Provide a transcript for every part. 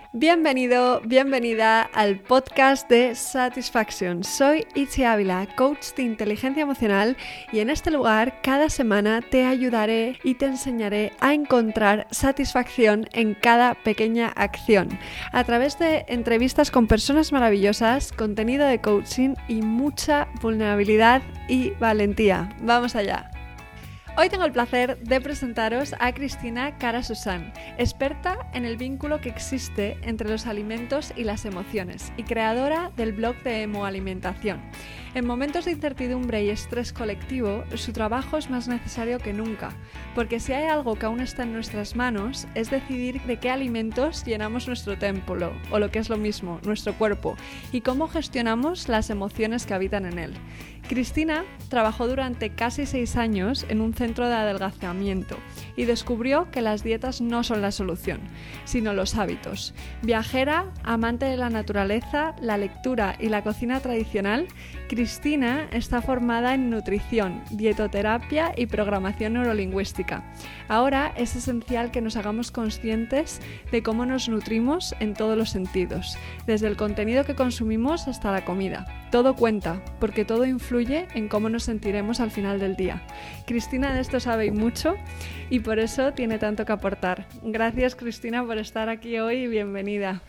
Bienvenido, bienvenida al podcast de Satisfaction. Soy Itzi Ávila, coach de inteligencia emocional, y en este lugar cada semana te ayudaré y te enseñaré a encontrar satisfacción en cada pequeña acción a través de entrevistas con personas maravillosas, contenido de coaching y mucha vulnerabilidad y valentía. ¡Vamos allá! Hoy tengo el placer de presentaros a Cristina Cara-Susan, experta en el vínculo que existe entre los alimentos y las emociones y creadora del blog de Emoalimentación. En momentos de incertidumbre y estrés colectivo, su trabajo es más necesario que nunca, porque si hay algo que aún está en nuestras manos, es decidir de qué alimentos llenamos nuestro templo, o lo que es lo mismo, nuestro cuerpo, y cómo gestionamos las emociones que habitan en él. Cristina trabajó durante casi 6 años en un centro de adelgazamiento y descubrió que las dietas no son la solución, sino los hábitos. Viajera, amante de la naturaleza, la lectura y la cocina tradicional, Cristina está formada en nutrición, dietoterapia y programación neurolingüística. Ahora es esencial que nos hagamos conscientes de cómo nos nutrimos en todos los sentidos, desde el contenido que consumimos hasta la comida. Todo cuenta, porque todo influye en cómo nos sentiremos al final del día. Cristina de esto sabe mucho y por eso tiene tanto que aportar. Gracias, Cristina, por estar aquí hoy y bienvenida.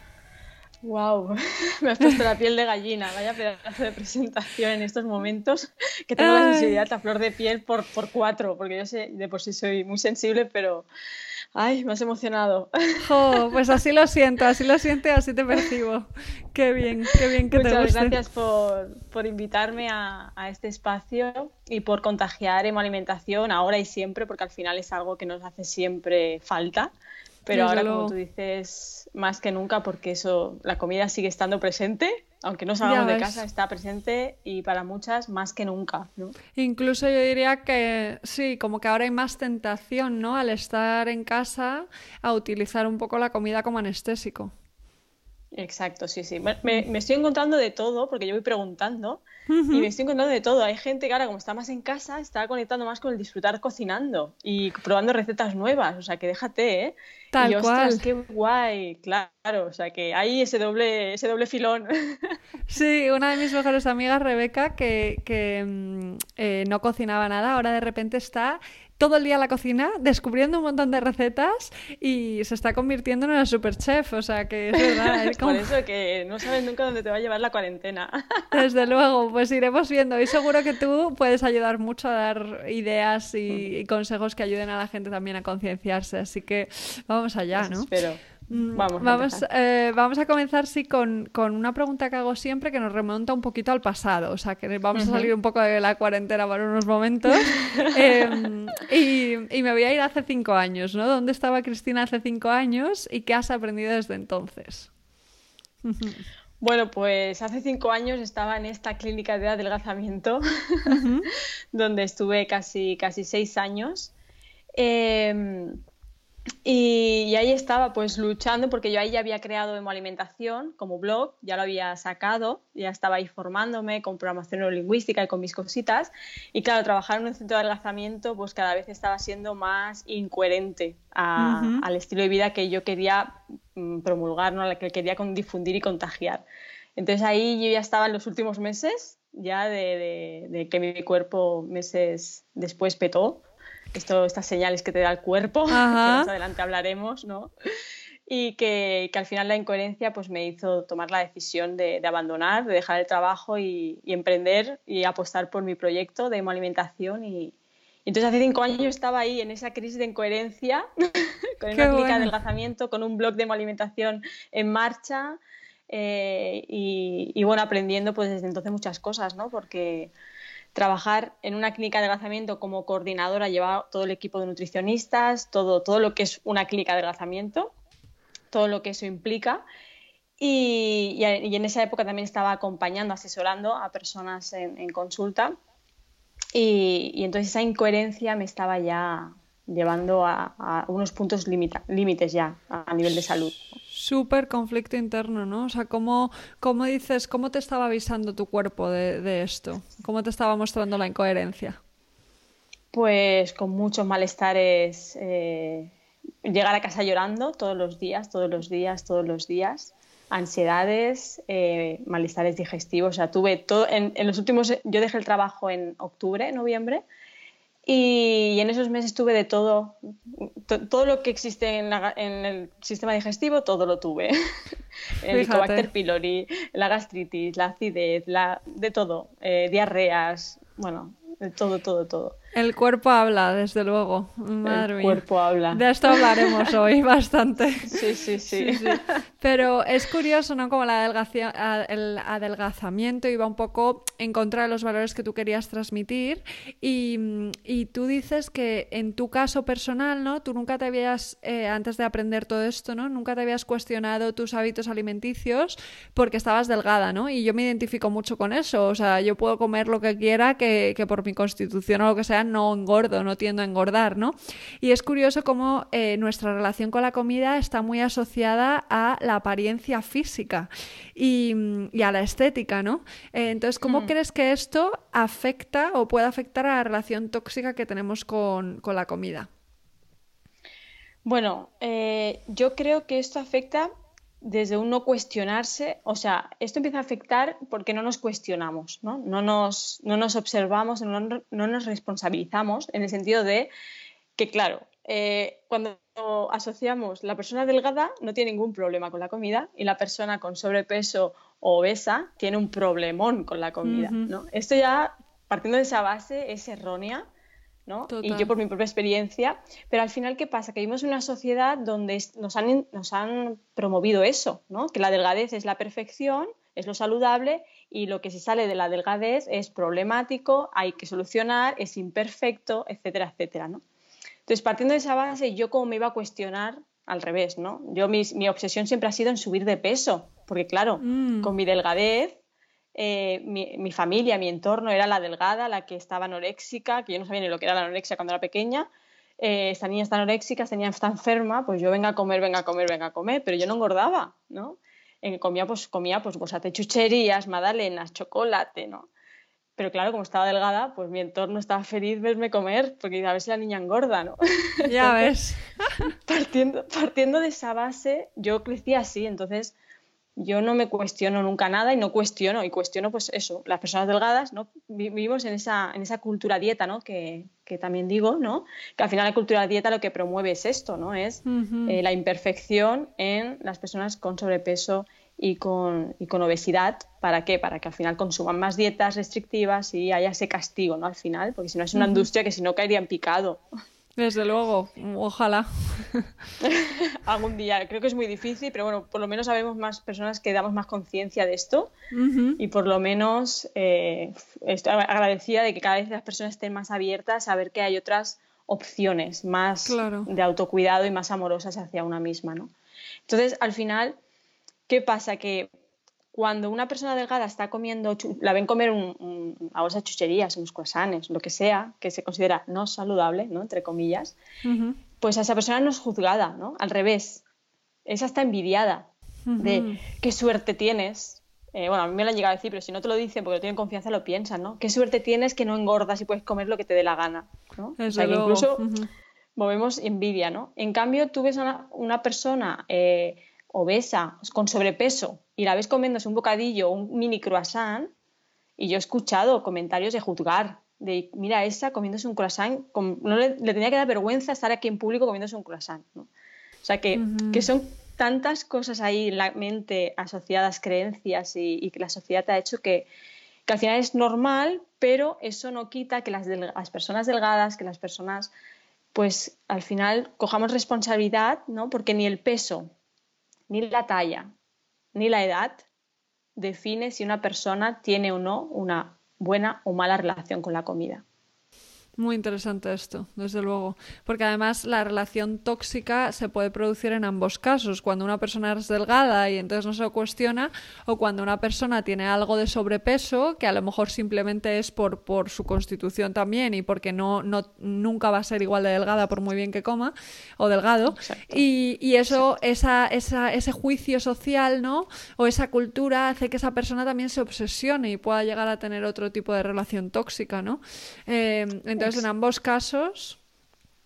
Wow, me has puesto la piel de gallina, vaya pedazo de presentación en estos momentos, que tengo la sensibilidad a flor de piel por 4, porque yo sé, de por sí soy muy sensible, pero ay, me has emocionado. Pues así lo siento, así te percibo. Qué bien que te guste. Muchas gracias por invitarme a este espacio y por contagiar Emoalimentación ahora y siempre, porque al final es algo que nos hace siempre falta. Pero ahora, como tú dices, más que nunca, porque eso, la comida sigue estando presente, aunque no salgamos de casa, está presente y para muchas más que nunca, ¿no? Incluso yo diría que sí, como que ahora hay más tentación, ¿no? Al estar en casa, a utilizar un poco la comida como anestésico. Exacto, sí. Me estoy encontrando de todo, porque yo voy preguntando, y me estoy encontrando de todo. Hay gente que ahora, como está más en casa, está conectando más con el disfrutar cocinando y probando recetas nuevas, o sea, que déjate, ¿eh? Tal y cual. Ostras, qué guay, claro, o sea, que hay ese doble filón. Sí, una de mis mejores amigas, Rebeca, que no cocinaba nada, ahora de repente está todo el día en la cocina descubriendo un montón de recetas y se está convirtiendo en una superchef, o sea que es verdad. Es como... Por eso que no sabes nunca dónde te va a llevar la cuarentena. Desde luego, pues iremos viendo y seguro que tú puedes ayudar mucho a dar ideas y consejos que ayuden a la gente también a concienciarse, así que vamos allá, ¿no? Espero. Vamos a comenzar sí con una pregunta que hago siempre, que nos remonta un poquito al pasado, o sea que vamos a salir un poco de la cuarentena por unos momentos y me voy a ir hace 5 años, ¿no? ¿Dónde estaba Cristina hace 5 años y qué has aprendido desde entonces? Bueno, pues hace 5 años estaba en esta clínica de adelgazamiento donde estuve casi 6 años. Y ahí estaba pues luchando, porque yo ahí ya había creado Emoalimentación como blog, ya lo había sacado, ya estaba ahí formándome con programación neurolingüística y con mis cositas, y claro, trabajar en un centro de adelgazamiento pues cada vez estaba siendo más incoherente al estilo de vida que yo quería promulgar, ¿no? Que quería difundir y contagiar. Entonces ahí yo ya estaba en los últimos meses ya de que mi cuerpo meses después petó. Estas señales que te da el cuerpo, que más adelante hablaremos, ¿no? Y que al final la incoherencia pues me hizo tomar la decisión de abandonar, de dejar el trabajo y emprender y apostar por mi proyecto de Emoalimentación. Y entonces hace 5 años estaba ahí en esa crisis de incoherencia, con una clínica de adelgazamiento, con un blog de Emoalimentación en marcha y bueno, aprendiendo pues desde entonces muchas cosas, ¿no? Porque trabajar en una clínica de adelgazamiento como coordinadora, llevaba todo el equipo de nutricionistas, todo lo que es una clínica de adelgazamiento, todo lo que eso implica. Y en esa época también estaba acompañando, asesorando a personas en consulta. Y entonces esa incoherencia me estaba ya llevando a unos puntos límites ya a nivel de salud. Súper conflicto interno, ¿no? O sea, ¿cómo dices, cómo te estaba avisando tu cuerpo de esto? ¿Cómo te estaba mostrando la incoherencia? Pues con muchos malestares llegar a casa llorando todos los días, todos los días, todos los días, ansiedades, malestares digestivos, o sea, tuve todo, en los últimos, yo dejé el trabajo en octubre, noviembre, y en esos meses tuve de todo, todo lo que existe en el sistema digestivo, todo lo tuve. El Helicobacter pylori, la gastritis, la acidez, de todo, diarreas, bueno, de todo, todo, todo. El cuerpo habla, desde luego. Madre mía. El cuerpo habla. De esto hablaremos hoy bastante. Sí, sí, sí. Pero es curioso, ¿no? Como el adelgazamiento iba un poco en contra de los valores que tú querías transmitir. Y tú dices que en tu caso personal, ¿no? Tú nunca te habías, antes de aprender todo esto, ¿no? Nunca te habías cuestionado tus hábitos alimenticios porque estabas delgada, ¿no? Y yo me identifico mucho con eso. O sea, yo puedo comer lo que quiera, que por mi constitución o lo que sea, no engordo, no tiendo a engordar, ¿no? Y es curioso cómo nuestra relación con la comida está muy asociada a la apariencia física y a la estética, ¿no? Entonces, ¿cómo crees que esto afecta o puede afectar a la relación tóxica que tenemos con la comida? Bueno, yo creo que esto afecta desde un no cuestionarse, o sea, esto empieza a afectar porque no nos cuestionamos, ¿no? No nos observamos, no nos responsabilizamos en el sentido de que, claro, cuando asociamos la persona delgada no tiene ningún problema con la comida y la persona con sobrepeso o obesa tiene un problemón con la comida, ¿no? Esto ya, partiendo de esa base, es errónea, ¿no? Y yo por mi propia experiencia, pero al final, ¿qué pasa? Que vivimos en una sociedad donde nos han promovido eso, ¿no? Que la delgadez es la perfección, es lo saludable y lo que se sale de la delgadez es problemático, hay que solucionar, es imperfecto, etcétera, etcétera, ¿no? Entonces, partiendo de esa base, yo como me iba a cuestionar al revés, ¿no? Mi obsesión siempre ha sido en subir de peso, porque claro, con mi delgadez mi familia, mi entorno era la delgada, la que estaba anoréxica, que yo no sabía ni lo que era la anorexia cuando era pequeña. Esta niña está anoréxica, esta niña está enferma, pues yo venga a comer, venga a comer, venga a comer, pero yo no engordaba, ¿no? Comía chucherías, magdalenas, chocolate, ¿no? Pero claro, como estaba delgada, pues mi entorno estaba feliz verme comer, porque a ver si la niña engorda, ¿no? Ya ves. Partiendo de esa base, yo crecí así, entonces yo no me cuestiono nunca nada y cuestiono pues eso, las personas delgadas, ¿no? Vivimos en esa cultura dieta, ¿no? Que también digo, ¿no? Que al final la cultura dieta lo que promueve es esto, ¿no? Es la imperfección en las personas con sobrepeso y con obesidad. ¿Para qué? Para que al final consuman más dietas restrictivas y haya ese castigo, ¿no? Al final, porque si no es una industria que si no caería en picado. Desde luego, ojalá. Algún día, creo que es muy difícil, pero bueno, por lo menos sabemos más personas que damos más conciencia de esto y por lo menos estoy agradecida de que cada vez las personas estén más abiertas a ver que hay otras opciones más de autocuidado y más amorosas hacia una misma, ¿no? Entonces, al final, ¿qué pasa? Que cuando una persona delgada está comiendo, la ven comer una bolsa de chucherías, unos croissants, lo que sea, que se considera no saludable, ¿no? Entre comillas, pues a esa persona no es juzgada, ¿no? Al revés, es hasta envidiada de qué suerte tienes. Bueno, a mí me lo han llegado a decir, pero si no te lo dicen porque no tienen confianza, lo piensan, ¿no? Qué suerte tienes que no engordas y puedes comer lo que te dé la gana, ¿no? O sea, que incluso movemos envidia, ¿no? En cambio, tú ves a una persona obesa, con sobrepeso, y la ves comiéndose un bocadillo, un mini croissant, y yo he escuchado comentarios de juzgar, de mira, esa comiéndose un croissant, no le tenía que dar vergüenza estar aquí en público comiéndose un croissant, ¿no? O sea, que son tantas cosas ahí en la mente asociadas, creencias, y que la sociedad te ha hecho que al final es normal, pero eso no quita que las personas delgadas, que las personas, pues al final cojamos responsabilidad, ¿no? Porque ni el peso, ni la talla, ni la edad define si una persona tiene o no una buena o mala relación con la comida. Muy interesante esto, desde luego, porque además la relación tóxica se puede producir en ambos casos, cuando una persona es delgada y entonces no se lo cuestiona, o cuando una persona tiene algo de sobrepeso, que a lo mejor simplemente es por su constitución también y porque nunca va a ser igual de delgada por muy bien que coma, o delgado. Exacto. Y eso, ese juicio social, ¿no? O esa cultura hace que esa persona también se obsesione y pueda llegar a tener otro tipo de relación tóxica, ¿no? Entonces, en ambos casos,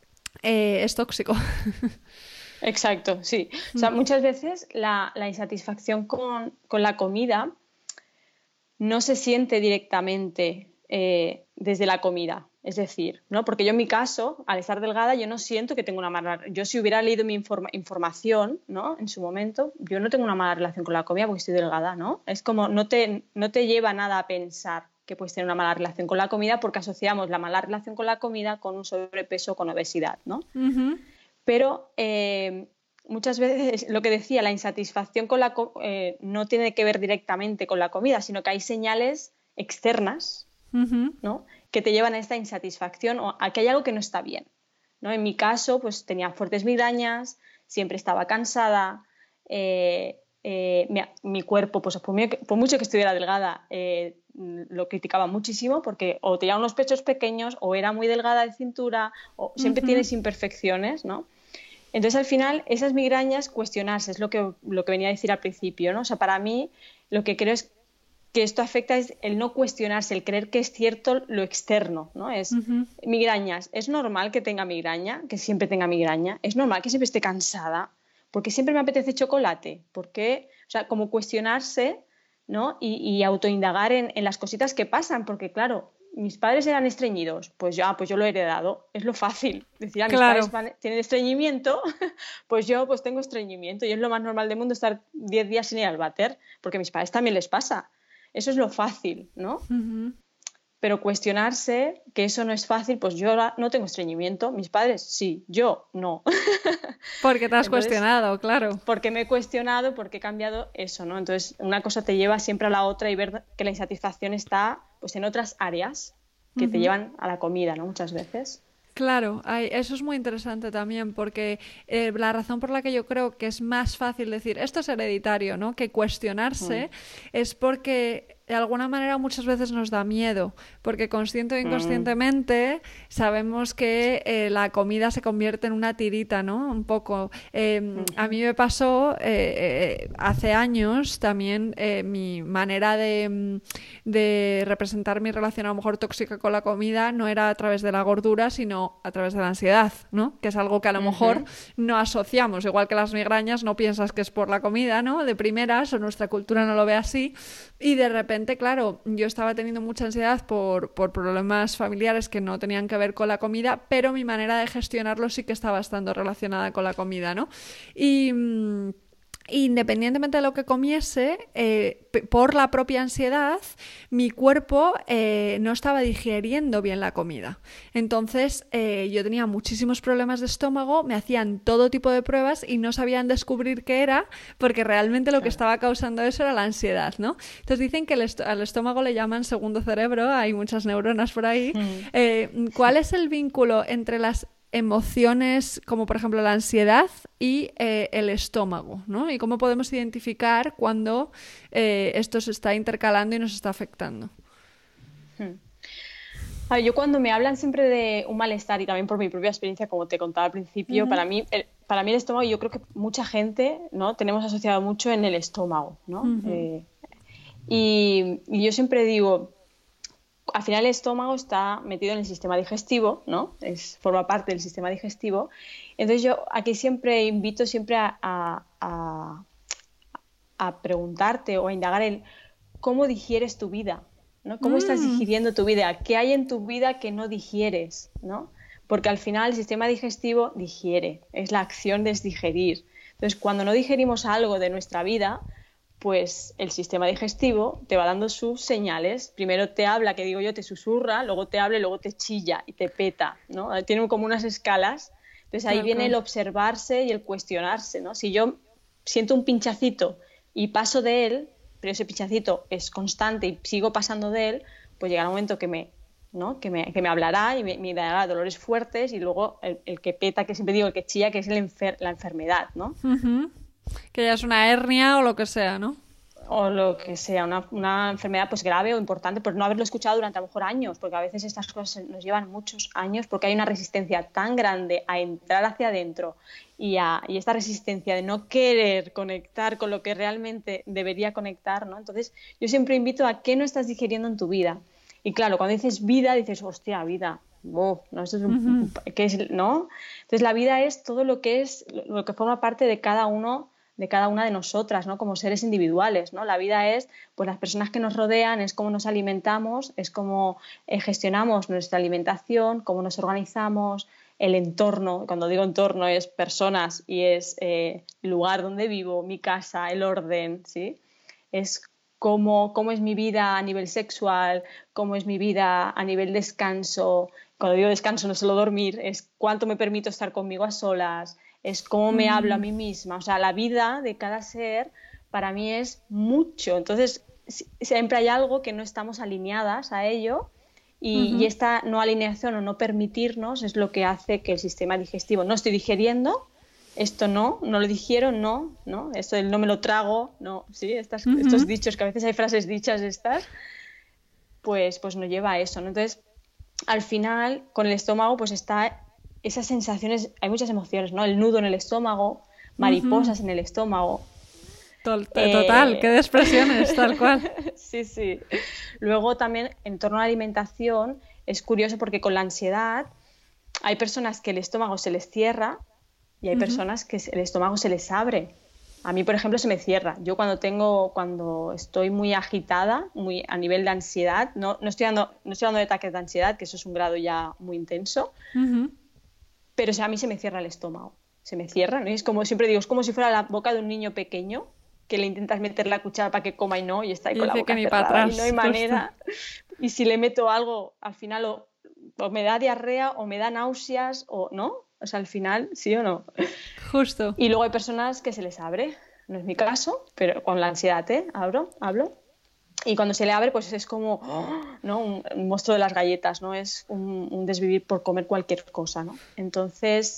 es tóxico. Exacto, sí. O sea, muchas veces la insatisfacción con la comida no se siente directamente desde la comida. Es decir, ¿no? Porque yo en mi caso, al estar delgada, yo no siento que tengo una mala... Yo si hubiera leído mi información, ¿no? En su momento, yo no tengo una mala relación con la comida porque estoy delgada, ¿no? Es como no te lleva nada a pensar que puedes tener una mala relación con la comida porque asociamos la mala relación con la comida con un sobrepeso o con obesidad, ¿no? Uh-huh. Pero muchas veces, lo que decía, la insatisfacción con no tiene que ver directamente con la comida, sino que hay señales externas, ¿no? Que te llevan a esta insatisfacción o a que hay algo que no está bien, ¿no? En mi caso, pues tenía fuertes migrañas, siempre estaba cansada, mi cuerpo, pues por mucho que estuviera delgada, lo criticaba muchísimo porque o tenía unos pechos pequeños o era muy delgada de cintura o siempre tienes imperfecciones, ¿no? Entonces, al final, esas migrañas, cuestionarse, es lo que venía a decir al principio, ¿no? O sea, para mí, lo que creo es que esto afecta es el no cuestionarse, el creer que es cierto lo externo, ¿no? Es migrañas. ¿Es normal que tenga migraña? Que siempre tenga migraña. ¿Es normal que siempre esté cansada? ¿Por qué siempre me apetece chocolate? ¿Por qué? O sea, como cuestionarse, ¿no? Y autoindagar en las cositas que pasan, porque claro, mis padres eran estreñidos, pues yo lo he heredado, es lo fácil. Decir, mis Claro. padres tienen estreñimiento, pues yo pues tengo estreñimiento y es lo más normal del mundo estar 10 días sin ir al váter, porque a mis padres también les pasa. Eso es lo fácil, ¿no? Pero cuestionarse que eso no es fácil, pues yo no tengo estreñimiento, mis padres sí, yo no. Porque te has cuestionado, claro. Porque me he cuestionado, porque he cambiado eso, ¿no? Entonces, una cosa te lleva siempre a la otra y ver que la insatisfacción está pues en otras áreas que te llevan a la comida, ¿no? Muchas veces. Claro, eso es muy interesante también porque la razón por la que yo creo que es más fácil decir esto es hereditario, ¿no? Que cuestionarse es porque de alguna manera muchas veces nos da miedo, porque consciente o inconscientemente sabemos que la comida se convierte en una tirita, ¿no? Un poco. A mí me pasó hace años también mi manera de representar mi relación a lo mejor tóxica con la comida no era a través de la gordura, sino a través de la ansiedad, ¿no? Que es algo que a lo mejor no asociamos, igual que las migrañas, no piensas que es por la comida, ¿no? De primeras, o nuestra cultura no lo ve así, y de repente, claro, yo estaba teniendo mucha ansiedad por problemas familiares que no tenían que ver con la comida, pero mi manera de gestionarlo sí que estaba estando relacionada con la comida, ¿no? Y independientemente de lo que comiese, por la propia ansiedad, mi cuerpo no estaba digiriendo bien la comida. Entonces, yo tenía muchísimos problemas de estómago, me hacían todo tipo de pruebas y no sabían descubrir qué era, porque realmente lo que estaba causando eso era la ansiedad, ¿no? Entonces dicen que al estómago le llaman segundo cerebro, hay muchas neuronas por ahí. ¿Cuál es el vínculo entre las emociones como por ejemplo la ansiedad y el estómago, ¿no? Y cómo podemos identificar cuando esto se está intercalando y nos está afectando? A ver, yo cuando me hablan siempre de un malestar y también por mi propia experiencia, como te contaba al principio, para mí el estómago, yo creo que mucha gente, ¿no? Tenemos asociado mucho en el estómago, ¿no? Y yo siempre digo, al final el estómago está metido en el sistema digestivo, ¿no? Forma parte del sistema digestivo. Entonces yo aquí siempre invito a preguntarte o a indagar en cómo digieres tu vida, ¿no? ¿Cómo estás digiriendo tu vida? ¿Qué hay en tu vida que no digieres, ¿no? Porque al final el sistema digestivo digiere, es la acción de digerir. Entonces cuando no digerimos algo de nuestra vida, pues el sistema digestivo te va dando sus señales. Primero te habla, que digo yo, te susurra, luego te habla y luego te chilla y te peta, ¿no? Tiene como unas escalas. Entonces ahí viene el observarse y el cuestionarse, ¿no? Si yo siento un pinchacito y paso de él, pero ese pinchacito es constante y sigo pasando de él, pues llegará un momento que me hablará y me dará dolores fuertes y luego el que peta, que siempre digo, el que chilla, que es la enfermedad, ¿no? Que ya es una hernia o lo que sea, ¿no? O lo que sea, una enfermedad pues grave o importante, por no haberlo escuchado durante a lo mejor años, porque a veces estas cosas nos llevan muchos años porque hay una resistencia tan grande a entrar hacia adentro y esta resistencia de no querer conectar con lo que realmente debería conectar, ¿no? Entonces yo siempre invito a qué no estás digiriendo en tu vida. Y claro, cuando dices vida, dices, hostia, vida, no, esto es ¿qué es? ¿No? Entonces la vida es todo lo que forma parte de cada uno, de cada una de nosotras, ¿no? Como seres individuales, ¿no? La vida es, pues, las personas que nos rodean, es cómo nos alimentamos, es cómo gestionamos nuestra alimentación, cómo nos organizamos, el entorno. Cuando digo entorno es personas y es el lugar donde vivo, mi casa, el orden, ¿sí? Es cómo es mi vida a nivel sexual, cómo es mi vida a nivel descanso. Cuando digo descanso no solo dormir, es cuánto me permito estar conmigo a solas, es cómo me hablo a mí misma. O sea, la vida de cada ser para mí es mucho. Entonces, siempre hay algo que no estamos alineadas a ello y esta no alineación o no permitirnos es lo que hace que el sistema digestivo no estoy digeriendo, esto no lo digiero, no, esto del no me lo trago, no, ¿sí? Estos dichos, que a veces hay frases dichas estas, pues nos lleva a eso, ¿no? Entonces, al final, con el estómago, pues está esas sensaciones, hay muchas emociones, ¿no? El nudo en el estómago, mariposas en el estómago. Total, qué expresiones, tal cual. Sí. Luego también, en torno a la alimentación, es curioso porque con la ansiedad hay personas que el estómago se les cierra y hay personas que el estómago se les abre. A mí, por ejemplo, se me cierra. Yo cuando estoy muy agitada, muy a nivel de ansiedad, no estoy hablando de ataques de ansiedad, que eso es un grado ya muy intenso, pero a mí se me cierra el estómago. Se me cierra, ¿no? Y es como, siempre digo, es como si fuera la boca de un niño pequeño que le intentas meter la cuchara para que coma y está ahí con la boca cerrada y no hay manera. Y si le meto algo, al final o me da diarrea o me da náuseas o no. O sea, al final, ¿sí o no? Justo. Y luego hay personas que se les abre. No es mi caso, pero con la ansiedad, hablo. Y cuando se le abre, pues es como, ¿no? Un monstruo de las galletas, ¿no? Es un desvivir por comer cualquier cosa, ¿no? Entonces,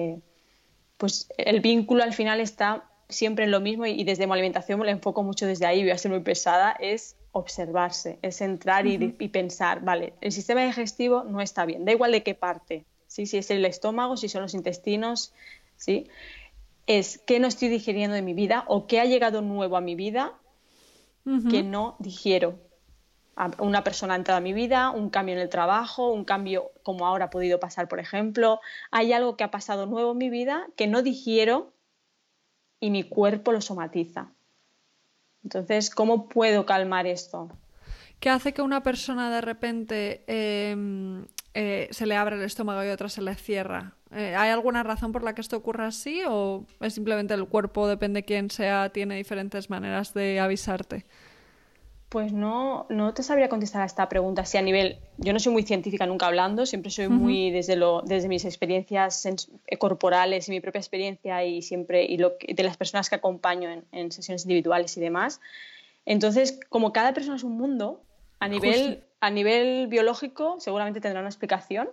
pues el vínculo al final está siempre en lo mismo y desde mi alimentación me lo enfoco mucho desde ahí, voy a ser muy pesada, es observarse, es entrar y pensar, vale, el sistema digestivo no está bien, da igual de qué parte, ¿sí? Si es el estómago, si son los intestinos, ¿sí? Es qué no estoy digiriendo de mi vida o qué ha llegado nuevo a mi vida que no digiero. Una persona ha entrado a mi vida, un cambio en el trabajo, un cambio como ahora ha podido pasar, por ejemplo, hay algo que ha pasado nuevo en mi vida que no digiero y mi cuerpo lo somatiza. Entonces, ¿cómo puedo calmar esto? ¿Qué hace que una persona de repente se le abra el estómago y otra se le cierra? ¿Hay alguna razón por la que esto ocurra así o es simplemente el cuerpo, depende quién sea, tiene diferentes maneras de avisarte? Pues no te sabría contestar a esta pregunta. Si a nivel, yo no soy muy científica nunca hablando, siempre soy muy desde mis experiencias corporales y mi propia experiencia y de las personas que acompaño en sesiones individuales y demás. Entonces, como cada persona es un mundo, a nivel biológico seguramente tendrá una explicación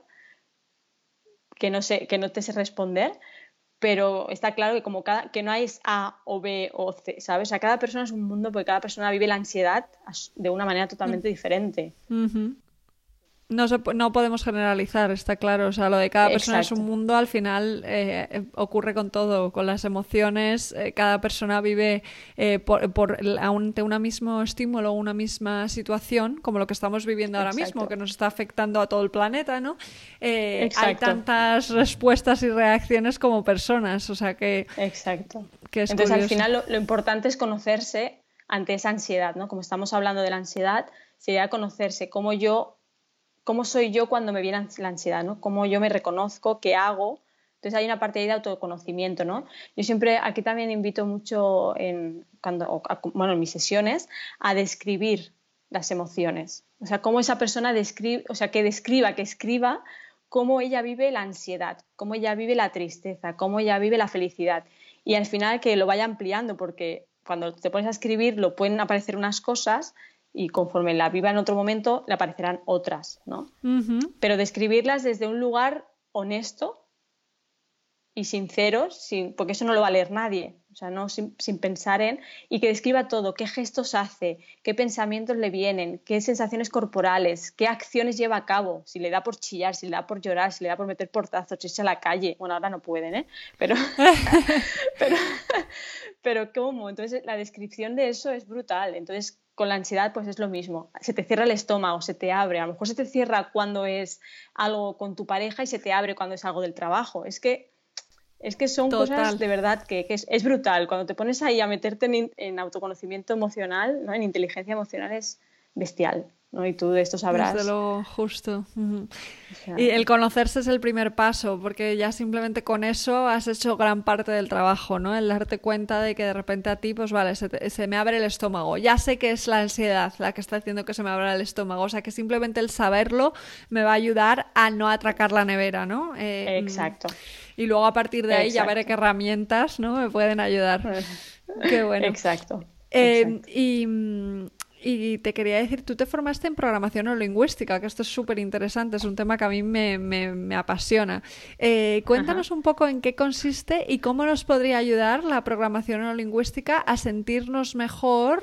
que no te sé responder. Pero está claro que que no hay A o B o C, ¿sabes? O sea, cada persona es un mundo porque cada persona vive la ansiedad de una manera totalmente diferente. No podemos generalizar, está claro. O sea, lo de cada persona es un mundo, al final ocurre con todo, con las emociones. Cada persona vive ante un mismo estímulo, una misma situación, como lo que estamos viviendo ahora mismo, que nos está afectando a todo el planeta, ¿no? Hay tantas respuestas y reacciones como personas, o sea que... Exacto. Que es Entonces, curioso. al final, lo importante es conocerse ante esa ansiedad, ¿no? Como estamos hablando de la ansiedad, sería conocerse cómo soy yo cuando me viene la ansiedad, ¿no? Cómo yo me reconozco, qué hago. Entonces hay una parte ahí de autoconocimiento, ¿no? Yo siempre, aquí también invito mucho en mis sesiones a describir las emociones. O sea, cómo esa persona que escriba cómo ella vive la ansiedad, cómo ella vive la tristeza, cómo ella vive la felicidad. Y al final que lo vaya ampliando, porque cuando te pones a escribir lo pueden aparecer unas cosas y conforme la viva en otro momento le aparecerán otras, ¿no? Pero describirlas desde un lugar honesto y sincero, porque eso no lo va a leer nadie, o sea, no sin pensar y que describa todo, qué gestos hace, qué pensamientos le vienen, qué sensaciones corporales, qué acciones lleva a cabo, si le da por chillar, si le da por llorar, si le da por meter portazos, si irse a la calle, bueno, ahora no pueden, pero ¿cómo? Entonces la descripción de eso es brutal. Entonces, con la ansiedad pues es lo mismo. Se te cierra el estómago, se te abre. A lo mejor se te cierra cuando es algo con tu pareja y se te abre cuando es algo del trabajo. Es que son cosas Total. de verdad que es brutal. Cuando te pones ahí a meterte en autoconocimiento emocional, ¿no? En inteligencia emocional es bestial, ¿no? Y tú de esto Desde sabrás. luego, justo. Ujú. O sea, Y el conocerse es el primer paso, porque ya simplemente con eso has hecho gran parte del trabajo, ¿no? El darte cuenta de que de repente a ti, pues vale, se me abre el estómago. Ya sé que es la ansiedad la que está haciendo que se me abra el estómago. O sea, que simplemente el saberlo me va a ayudar a no atracar la nevera, ¿no? exacto, Y luego a partir de ahí ya veré qué exacto. herramientas, ¿no? Me pueden ayudar. Qué bueno. Exacto, Eh, exacto. y, y te quería decir, tú te formaste en programación o lingüística, que esto es súper interesante, es un tema que a mí me apasiona. Ajá. Cuéntanos un poco en qué consiste y cómo nos podría ayudar la programación o lingüística a sentirnos mejor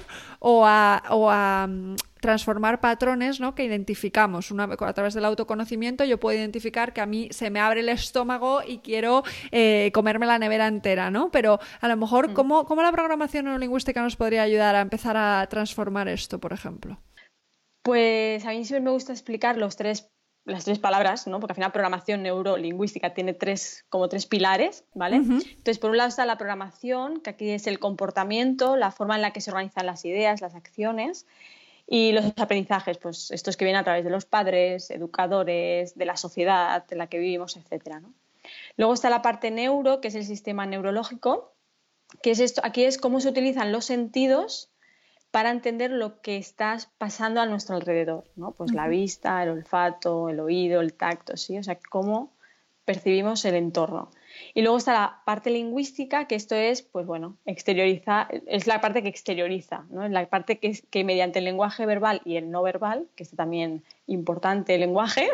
o a transformar patrones, ¿no? Que identificamos. A través del autoconocimiento yo puedo identificar que a mí se me abre el estómago y quiero comerme la nevera entera, ¿no? Pero a lo mejor, Mm. ¿cómo la programación neurolingüística nos podría ayudar a empezar a transformar esto, por ejemplo? Pues a mí siempre me gusta explicar las tres palabras, ¿no? Porque al final programación neurolingüística tiene como tres pilares, ¿vale? Ujú. Entonces, por un lado está la programación, que aquí es el comportamiento, la forma en la que se organizan las ideas, las acciones y los aprendizajes, pues estos que vienen a través de los padres, educadores, de la sociedad en la que vivimos, etcétera, ¿no? Luego está la parte neuro, que es el sistema neurológico, que es esto, aquí es cómo se utilizan los sentidos para entender lo que está pasando a nuestro alrededor, ¿no? Pues la vista, el olfato, el oído, el tacto, ¿sí? O sea, cómo percibimos el entorno. Y luego está la parte lingüística, que esto es, pues bueno, es la parte que exterioriza, ¿no? Es la parte que mediante el lenguaje verbal y el no verbal, que es también importante el lenguaje,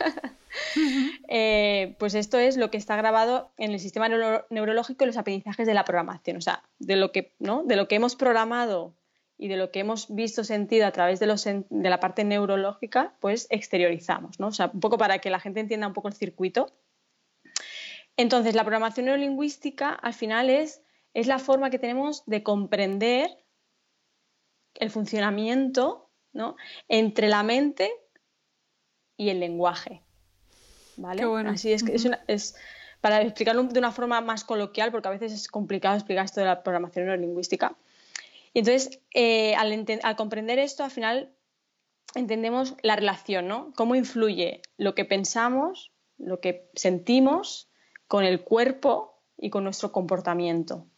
pues esto es lo que está grabado en el sistema neurológico y los aprendizajes de la programación. O sea, de lo que, ¿no? De lo que hemos programado y de lo que hemos visto sentido a través de la parte neurológica, pues exteriorizamos, ¿no? O sea, un poco para que la gente entienda un poco el circuito. Entonces, la programación neurolingüística al final es la forma que tenemos de comprender el funcionamiento, ¿no? Entre la mente y el lenguaje, Qué ¿vale? bueno. Así es para explicarlo de una forma más coloquial, porque a veces es complicado explicar esto de la programación neurolingüística. Y entonces, al comprender esto, al final entendemos la relación, ¿no? Cómo influye lo que pensamos, lo que sentimos con el cuerpo y con nuestro comportamiento.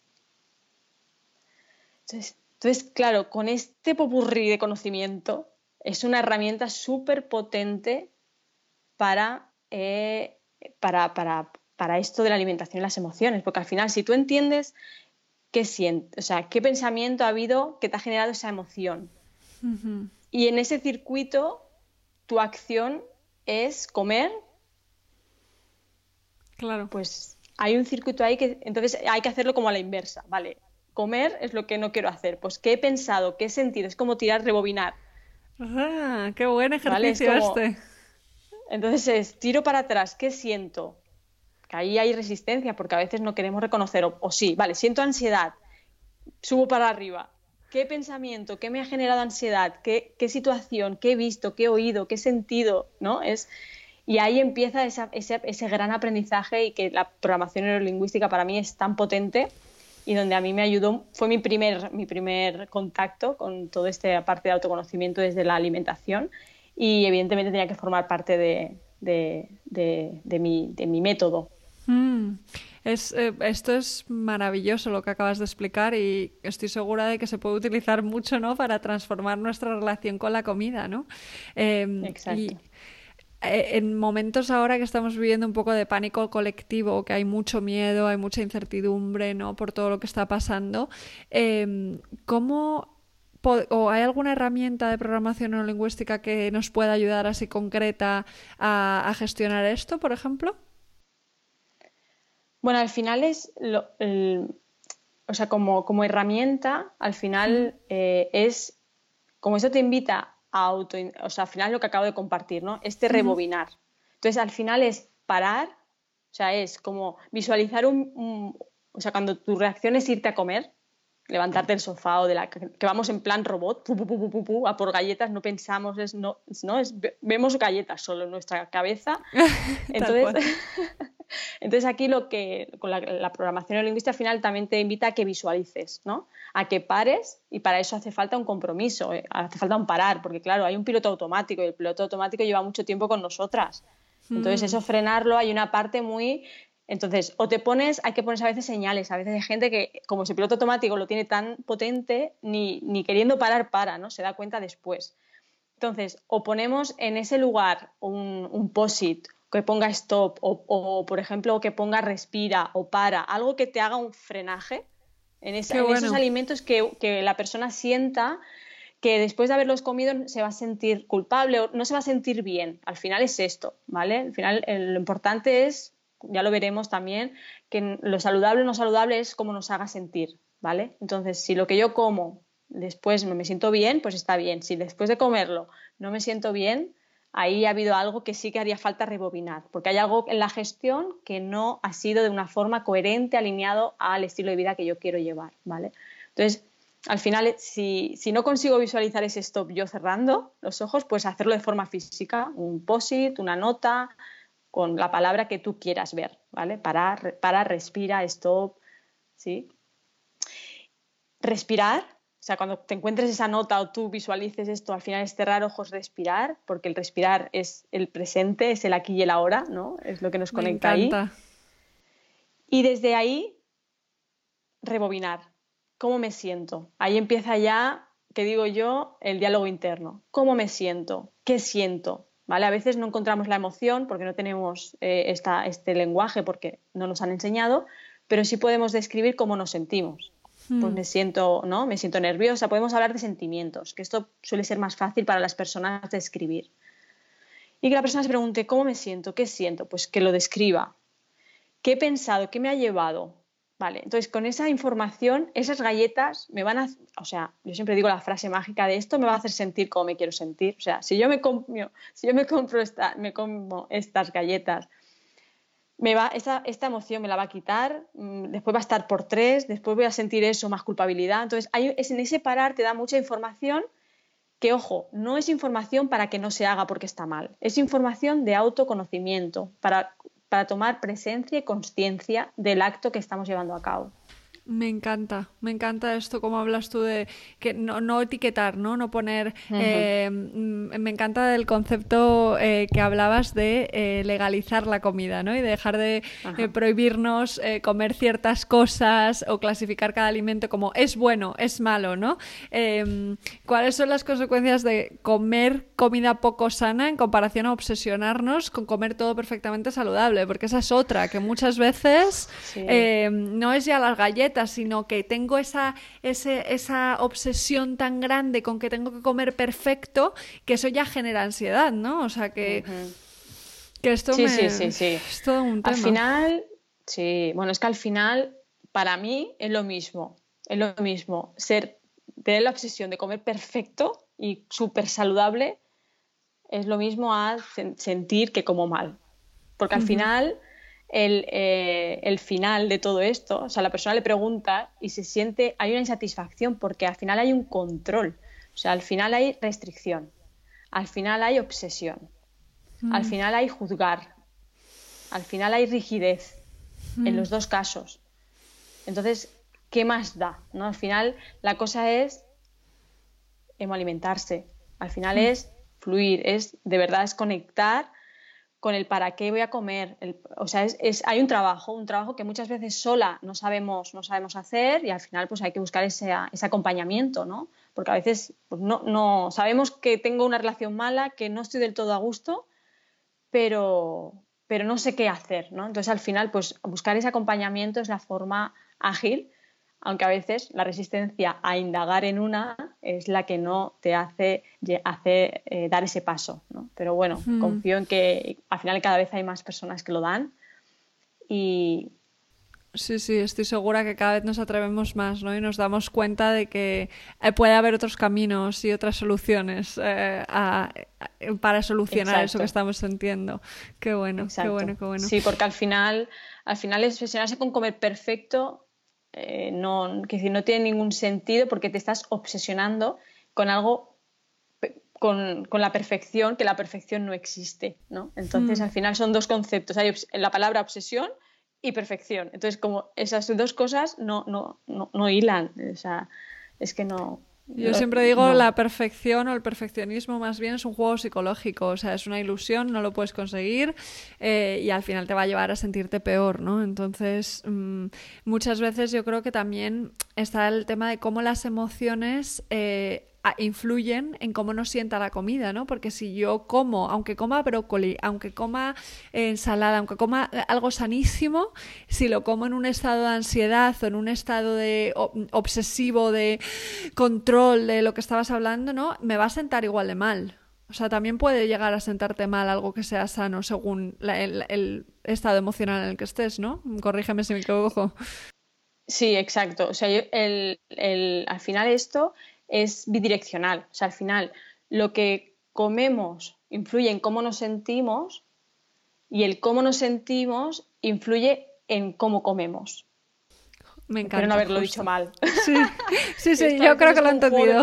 Entonces, claro, con este popurrí de conocimiento es una herramienta súper potente para, para esto de la alimentación y las emociones, porque al final, si tú entiendes qué sientes, o sea, qué pensamiento ha habido que te ha generado esa emoción, y en ese circuito tu acción es comer, Claro. pues hay un circuito ahí que entonces hay que hacerlo como a la inversa, ¿vale? Comer es lo que no quiero hacer, pues qué he pensado, qué he sentido, es como rebobinar, Ah, qué buen ¿vale? Es ejercicio como, este. entonces tiro para atrás, ¿qué siento? Que ahí hay resistencia porque a veces no queremos reconocer, o sí, vale, siento ansiedad, subo para arriba. ¿Qué pensamiento? ¿Qué me ha generado ansiedad? ¿Qué situación? ¿Qué he visto? ¿Qué he oído? ¿Qué he sentido? ¿No? Y ahí empieza ese gran aprendizaje y que la programación neurolingüística para mí es tan potente y donde a mí me ayudó, fue mi primer contacto con toda esta parte de autoconocimiento desde la alimentación y evidentemente tenía que formar parte de mi método. Mm. Esto es maravilloso lo que acabas de explicar y estoy segura de que se puede utilizar mucho, ¿no? Para transformar nuestra relación con la comida, ¿no? Y Exacto. en momentos ahora que estamos viviendo un poco de pánico colectivo, que hay mucho miedo, hay mucha incertidumbre, ¿no? Por todo lo que está pasando, ¿cómo o hay alguna herramienta de programación neurolingüística que nos pueda ayudar así concreta a gestionar esto, por ejemplo? Bueno, al final o sea, como herramienta, al final como eso te invita a o sea, al final lo que acabo de compartir, ¿no? Rebobinar. Entonces, al final es parar, o sea, es como visualizar o sea, cuando tu reacción es irte a comer, levantarte del sofá o que vamos en plan robot, a por galletas, no pensamos, vemos galletas solo en nuestra cabeza. Entonces, entonces aquí con la programación neurolingüística al final también te invita a que visualices, ¿no? A que pares, y para eso hace falta un compromiso, hace falta un parar, porque claro, hay un piloto automático y el piloto automático lleva mucho tiempo con nosotras. Entonces eso frenarlo, hay una parte muy... Entonces, hay que ponerse a veces señales. A veces hay gente que, como ese piloto automático lo tiene tan potente, ni queriendo parar para, ¿no? Se da cuenta después. Entonces, o ponemos en ese lugar un post-it que ponga stop o, por ejemplo, que ponga respira o para, algo que te haga un frenaje en esos alimentos que la persona sienta que después de haberlos comido se va a sentir culpable o no se va a sentir bien. Al final es esto, ¿vale? Al final lo importante es, ya lo veremos también, que lo saludable o no saludable es cómo nos haga sentir, ¿vale? Entonces, si lo que yo como después me siento bien, pues está bien. Si después de comerlo no me siento bien, ahí ha habido algo que sí que haría falta rebobinar, porque hay algo en la gestión que no ha sido de una forma coherente, alineado al estilo de vida que yo quiero llevar, ¿vale? Entonces, al final, si no consigo visualizar ese stop yo cerrando los ojos, pues hacerlo de forma física, un post-it, una nota, con la palabra que tú quieras ver, ¿vale? Para, respira, stop, ¿sí? Respirar, o sea, cuando te encuentres esa nota o tú visualices esto, al final es cerrar ojos, respirar, porque el respirar es el presente, es el aquí y el ahora, ¿no? Es lo que nos conecta ahí. Y desde ahí, rebobinar. ¿Cómo me siento? Ahí empieza ya, que digo yo, el diálogo interno. ¿Cómo me siento? ¿Qué siento? ¿Vale? A veces no encontramos la emoción porque no tenemos este lenguaje, porque no nos han enseñado, pero sí podemos describir cómo nos sentimos. Pues me siento nerviosa. Podemos hablar de sentimientos, que esto suele ser más fácil para las personas de escribir. Y que la persona se pregunte, ¿cómo me siento? ¿Qué siento? Pues que lo describa. ¿Qué he pensado? ¿Qué me ha llevado? Vale, entonces con esa información, esas galletas me van a... O sea, yo siempre digo la frase mágica de esto, me va a hacer sentir como me quiero sentir. O sea, si yo me como estas galletas, esta emoción me la va a quitar, después va a estar por 3, después voy a sentir eso, más culpabilidad. Entonces, en ese parar te da mucha información que, ojo, no es información para que no se haga porque está mal. Es información de autoconocimiento, para tomar presencia y consciencia del acto que estamos llevando a cabo. Me encanta esto, como hablas tú de que no etiquetar, no poner... me encanta el concepto que hablabas de legalizar la comida, ¿no? Y de dejar de prohibirnos comer ciertas cosas o clasificar cada alimento como es bueno, es malo, ¿no? ¿Cuáles son las consecuencias de comer comida poco sana en comparación a obsesionarnos con comer todo perfectamente saludable? Porque esa es otra, que muchas veces no es ya las galletas, sino que tengo esa obsesión tan grande con que tengo que comer perfecto, que eso ya genera ansiedad, ¿no? O sea que esto sí. Es todo un tema. Al final, sí, bueno, es que al final para mí es lo mismo tener la obsesión de comer perfecto y súper saludable es lo mismo a sentir que como mal, porque al final el final de todo esto, o sea, la persona le pregunta y se siente, hay una insatisfacción porque al final hay un control, o sea, al final hay restricción, al final hay obsesión, al final hay juzgar, al final hay rigidez, en los dos casos. Entonces, ¿qué más da? ¿No? Al final la cosa es hemoalimentarse, al final es fluir, de verdad es conectar con el para qué voy a comer. O sea, hay un trabajo que muchas veces sola no sabemos hacer y al final pues hay que buscar ese acompañamiento, ¿no? Porque a veces pues, no sabemos que tengo una relación mala, que no estoy del todo a gusto, pero no sé qué hacer, ¿no? Entonces al final pues buscar ese acompañamiento es la forma ágil, aunque a veces la resistencia a indagar en una es la que no te hace dar ese paso, ¿no? Pero bueno, confío en que al final cada vez hay más personas que lo dan y... Sí, estoy segura que cada vez nos atrevemos más, ¿no? Y nos damos cuenta de que puede haber otros caminos y otras soluciones para solucionar eso que estamos sintiendo. Qué bueno, qué bueno. Sí, porque al final es obsesionarse con comer perfecto. que decir, no tiene ningún sentido porque te estás obsesionando con algo, con la perfección, que la perfección no existe, ¿no? Entonces, al final son dos conceptos. Hay la palabra obsesión y perfección. Entonces, como esas dos cosas no hilan. O sea, es que no... Yo siempre digo la perfección o el perfeccionismo más bien es un juego psicológico, o sea, es una ilusión, no lo puedes conseguir y al final te va a llevar a sentirte peor, ¿no? Entonces, muchas veces yo creo que también está el tema de cómo las emociones influyen en cómo nos sienta la comida, ¿no? Porque si yo como, aunque coma brócoli, aunque coma ensalada, aunque coma algo sanísimo, si lo como en un estado de ansiedad o en un estado de obsesivo, de control de lo que estabas hablando, ¿no? Me va a sentar igual de mal. O sea, también puede llegar a sentarte mal algo que sea sano según el estado emocional en el que estés, ¿no? Corrígeme si me equivoco. Sí, exacto. O sea, al final esto es bidireccional. O sea, al final lo que comemos influye en cómo nos sentimos y el cómo nos sentimos influye en cómo comemos. Me encanta. Espero no haberlo dicho mal. Sí, yo creo que lo he entendido.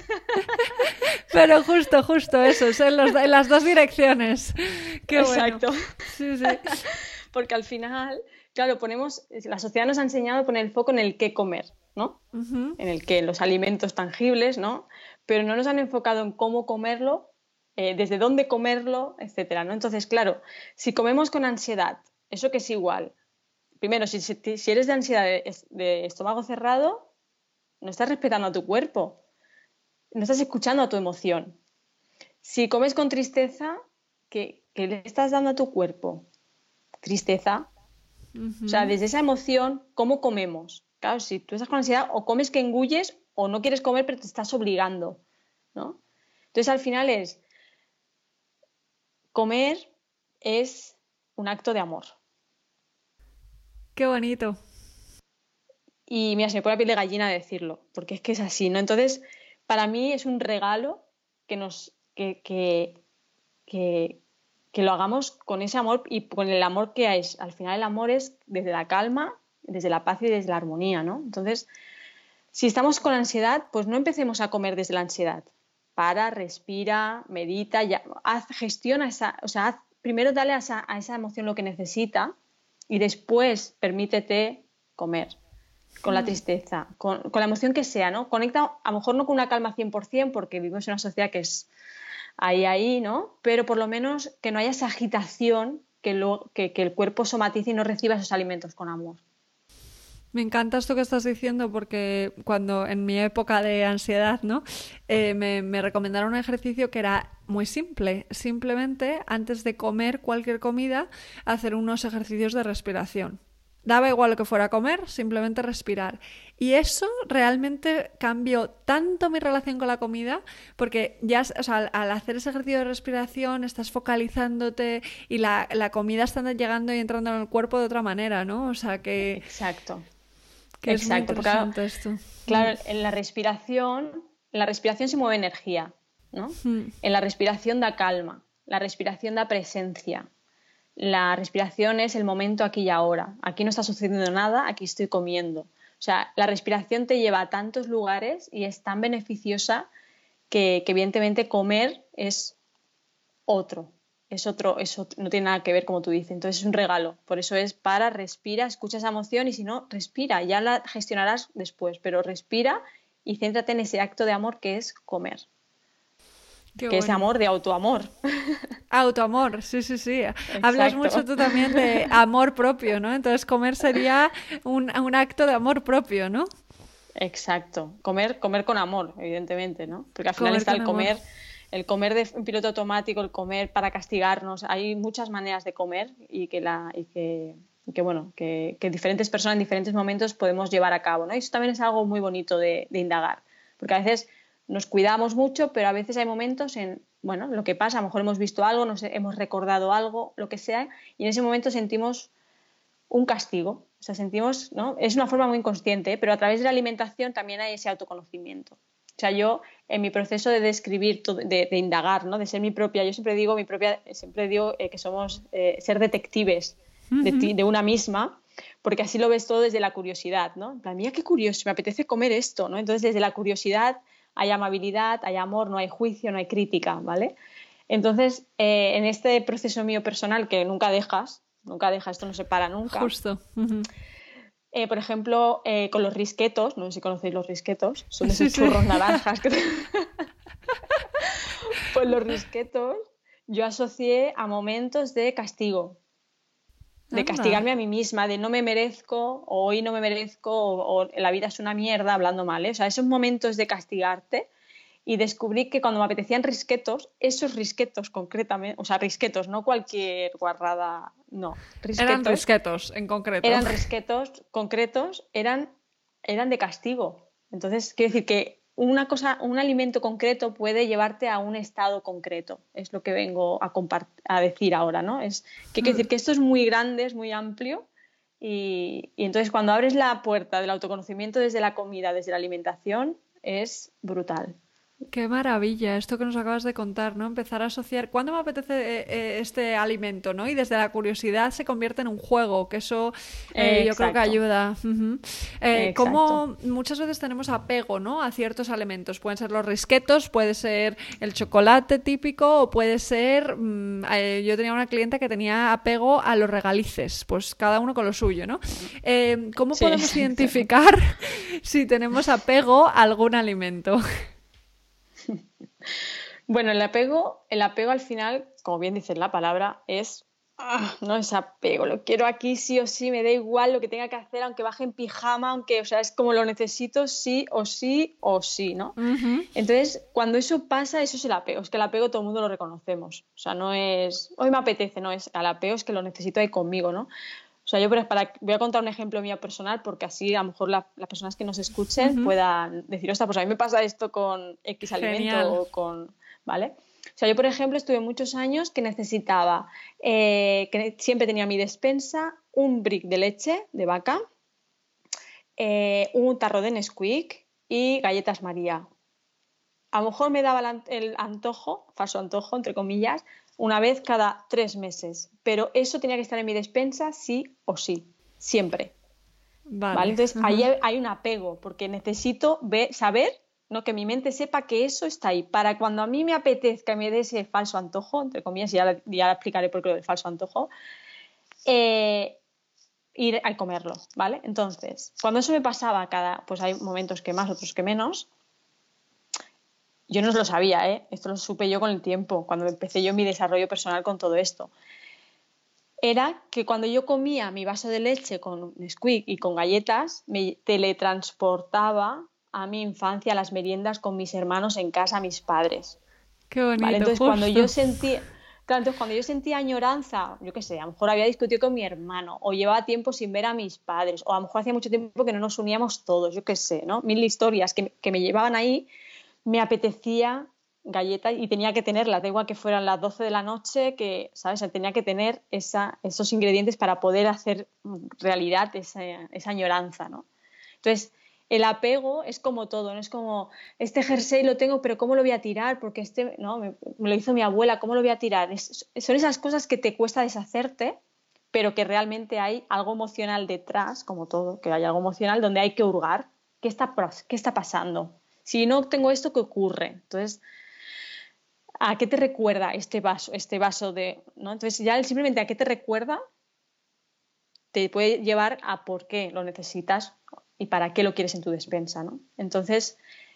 Pero justo eso, es en las dos direcciones. Qué exacto. Bueno. Sí. Porque al final, claro, la sociedad nos ha enseñado a poner el foco en el qué comer, ¿no? Uh-huh. En el que los alimentos tangibles, ¿no? Pero no nos han enfocado en cómo comerlo, desde dónde comerlo, etcétera, ¿no? Entonces, claro, si comemos con ansiedad, eso que es igual. Primero, si eres de ansiedad de estómago cerrado, no estás respetando a tu cuerpo, no estás escuchando a tu emoción. Si comes con tristeza, ¿qué le estás dando a tu cuerpo? Tristeza. Uh-huh. O sea, desde esa emoción, ¿cómo comemos? Claro, si tú estás con ansiedad, o comes que engulles o no quieres comer, pero te estás obligando, ¿no? Entonces, al final comer es un acto de amor. Qué bonito. Y mira, se me pone la piel de gallina decirlo, porque es que es así, ¿no? Entonces, para mí es un regalo que lo hagamos con ese amor y con el amor que es. Al final el amor es desde la calma, desde la paz y desde la armonía, ¿no? Entonces, si estamos con ansiedad, pues no empecemos a comer desde la ansiedad. Para, respira, medita, gestiona primero dale a esa emoción lo que necesita y después permítete comer. Con la tristeza, con la emoción que sea, ¿no? Conecta, a lo mejor no con una calma 100%, porque vivimos en una sociedad que es ahí, ¿no? Pero por lo menos que no haya esa agitación que el cuerpo somatice y no reciba esos alimentos con amor. Me encanta esto que estás diciendo porque cuando en mi época de ansiedad, ¿no? Me recomendaron un ejercicio que era muy simple. Simplemente, antes de comer cualquier comida, hacer unos ejercicios de respiración. Daba igual lo que fuera a comer, simplemente respirar. Y eso realmente cambió tanto mi relación con la comida, porque ya, o sea, al hacer ese ejercicio de respiración estás focalizándote y la comida está llegando y entrando en el cuerpo de otra manera, ¿no? O sea que... Exacto. Que es muy interesante esto. Claro, en la respiración se mueve energía, ¿no? En la respiración da calma, la respiración da presencia. La respiración es el momento aquí y ahora. Aquí no está sucediendo nada, aquí estoy comiendo. O sea, la respiración te lleva a tantos lugares y es tan beneficiosa que evidentemente comer es otro, no tiene nada que ver como tú dices. Entonces es un regalo. Por eso respira, escucha esa emoción y si no, respira. Ya la gestionarás después, pero respira y céntrate en ese acto de amor que es comer. Qué que bueno. Es amor de autoamor. Autoamor, sí. Exacto. Hablas mucho tú también de amor propio, ¿no? Entonces comer sería un acto de amor propio, ¿no? Exacto. Comer con amor, evidentemente, ¿no? Porque al final está el comer de un piloto automático, el comer para castigarnos. Hay muchas maneras de comer y que diferentes personas en diferentes momentos podemos llevar a cabo, ¿no? Y eso también es algo muy bonito de indagar. Porque a veces nos cuidamos mucho, pero a veces hay momentos lo que pasa, a lo mejor hemos visto algo, hemos recordado algo, lo que sea, y en ese momento sentimos un castigo. O sea, sentimos, ¿no? Es una forma muy inconsciente, pero a través de la alimentación también hay ese autoconocimiento. O sea, yo en mi proceso de describir, de indagar, ¿no? De ser mi propia, yo siempre digo que somos ser detectives de una misma. porque así lo ves todo desde la curiosidad, ¿no? En plan, mira qué curioso, me apetece comer esto, ¿no? Entonces, desde la curiosidad hay amabilidad, hay amor, no hay juicio, no hay crítica, ¿vale? Entonces, en este proceso mío personal que nunca dejas, esto no se para nunca. Justo. Por ejemplo, con los risquetos, no sé si conocéis los risquetos, son esos churros naranjas. Pues los risquetos yo asocié a momentos de castigo, de castigarme a mí misma, de no me merezco, o hoy no me merezco, o la vida es una mierda, hablando mal, ¿eh? O sea, esos momentos de castigarte. Y descubrí que cuando me apetecían risquetos, esos risquetos concretamente, o sea, risquetos, no cualquier guarrada, no. Eran risquetos en concreto. Eran risquetos concretos, eran de castigo. Entonces, quiero decir que una cosa, un alimento concreto puede llevarte a un estado concreto. Es lo que vengo a decir ahora, ¿no? Quiero decir que esto es muy grande, es muy amplio. Y entonces cuando abres la puerta del autoconocimiento desde la comida, desde la alimentación, es brutal. Qué maravilla esto que nos acabas de contar, ¿no? Empezar a asociar ¿cuándo me apetece este alimento, ¿no? Y desde la curiosidad se convierte en un juego, que eso yo creo que ayuda. Como muchas veces tenemos apego, ¿no? A ciertos alimentos. Pueden ser los risquetos, puede ser el chocolate típico o puede ser... yo tenía una clienta que tenía apego a los regalices, pues cada uno con lo suyo, ¿no? ¿Cómo podemos identificar si tenemos apego a algún alimento? Bueno, el apego al final, como bien dice la palabra, no es apego, lo quiero aquí sí o sí, me da igual lo que tenga que hacer, aunque baje en pijama, o sea, es como lo necesito sí o sí o sí, ¿no? Uh-huh. Entonces, cuando eso pasa, eso es el apego, es que el apego todo el mundo lo reconocemos, o sea, no es, hoy me apetece, no, es el apego, es que lo necesito ahí conmigo, ¿no? O sea, yo voy a contar un ejemplo mío personal porque así a lo mejor las personas que nos escuchen puedan decir, ostras, pues a mí me pasa esto con X alimento o con... ¿Vale? O sea, yo, por ejemplo, estuve muchos años que necesitaba, que siempre tenía en mi despensa un brick de leche de vaca, un tarro de Nesquik y galletas María. A lo mejor me daba el antojo, falso antojo, entre comillas, una vez cada 3 meses, pero eso tenía que estar en mi despensa sí o sí, siempre. Vale. Entonces, ahí hay un apego, porque necesito saber, ¿no? Que mi mente sepa que eso está ahí, para cuando a mí me apetezca y me dé ese falso antojo, entre comillas, ya explicaré por qué lo del falso antojo, ir a comerlo, ¿vale? Entonces, cuando eso me pasaba pues hay momentos que más, otros que menos. Yo no lo sabía, ¿eh? Esto lo supe yo con el tiempo, cuando empecé yo mi desarrollo personal con todo esto. Era que cuando yo comía mi vaso de leche con Nesquik y con galletas, me teletransportaba a mi infancia, a las meriendas con mis hermanos en casa, mis padres. Qué bonito. ¿Vale? Entonces, cuando yo sentía añoranza, yo qué sé, a lo mejor había discutido con mi hermano, o llevaba tiempo sin ver a mis padres, o a lo mejor hacía mucho tiempo que no nos uníamos todos, yo qué sé, ¿no? 1000 historias que me llevaban ahí. Me apetecía galletas y tenía que tenerlas, da igual que fueran las 12 de la noche, que, ¿sabes? Tenía que tener esos ingredientes para poder hacer realidad esa añoranza, ¿no? Entonces, el apego es como todo, no es como, este jersey lo tengo, pero ¿cómo lo voy a tirar? Porque no, me lo hizo mi abuela, ¿cómo lo voy a tirar? Son esas cosas que te cuesta deshacerte, pero que realmente hay algo emocional detrás, como todo, que hay algo emocional donde hay que hurgar. ¿Qué está pasando? Si no tengo esto, ¿qué ocurre? Entonces, ¿a qué te recuerda este vaso de, ¿no? Entonces, ya simplemente a qué te recuerda te puede llevar a por qué lo necesitas y para qué lo quieres en tu despensa, ¿no? Entonces,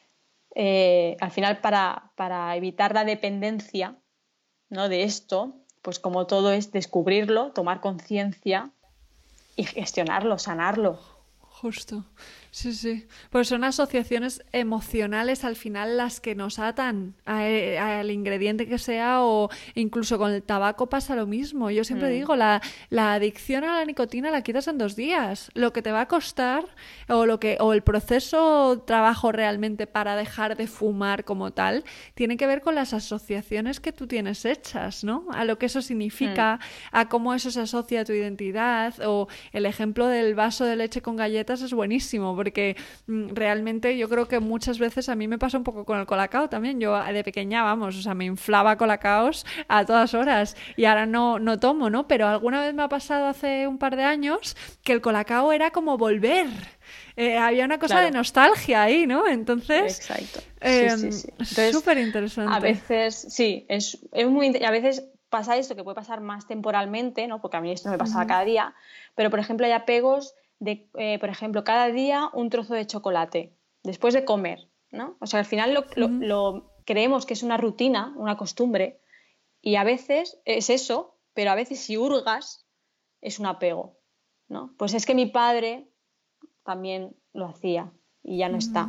al final, para evitar la dependencia, ¿no? De esto, pues como todo es descubrirlo, tomar conciencia y gestionarlo, sanarlo. Justo, sí. Pues son asociaciones emocionales al final las que nos atan al ingrediente que sea, o incluso con el tabaco pasa lo mismo. Yo siempre digo, la adicción a la nicotina la quitas en 2 días. Lo que te va a costar o el proceso trabajo realmente para dejar de fumar como tal tiene que ver con las asociaciones que tú tienes hechas, ¿no? A lo que eso significa, a cómo eso se asocia a tu identidad. O el ejemplo del vaso de leche con galletas es buenísimo, porque realmente yo creo que muchas veces a mí me pasa un poco con el Colacao también. Yo de pequeña, vamos, o sea, me inflaba Colacaos a todas horas y ahora no tomo, ¿no? Pero alguna vez me ha pasado hace un par de años que el Colacao era como volver. Había una cosa de nostalgia ahí, ¿no? Entonces, exacto. Súper interesante. A veces, sí, es a veces pasa esto que puede pasar más temporalmente, ¿no? Porque a mí esto no me pasaba cada día, pero por ejemplo hay apegos de, por ejemplo, cada día un trozo de chocolate después de comer, ¿no? O sea, al final lo creemos que es una rutina, una costumbre, y a veces es eso, pero a veces si hurgas es un apego, ¿no? Pues es que mi padre también lo hacía y ya no está.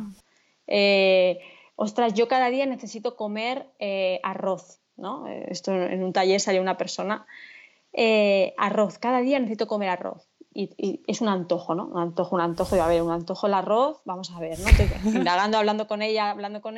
Ostras, yo cada día necesito comer arroz, ¿no? Esto en un taller salió una persona, arroz, cada día necesito comer arroz. Y es un antojo, ¿no? Un antojo, y a ver, un antojo el arroz, vamos a ver, ¿no? Indagando, hablando con ella,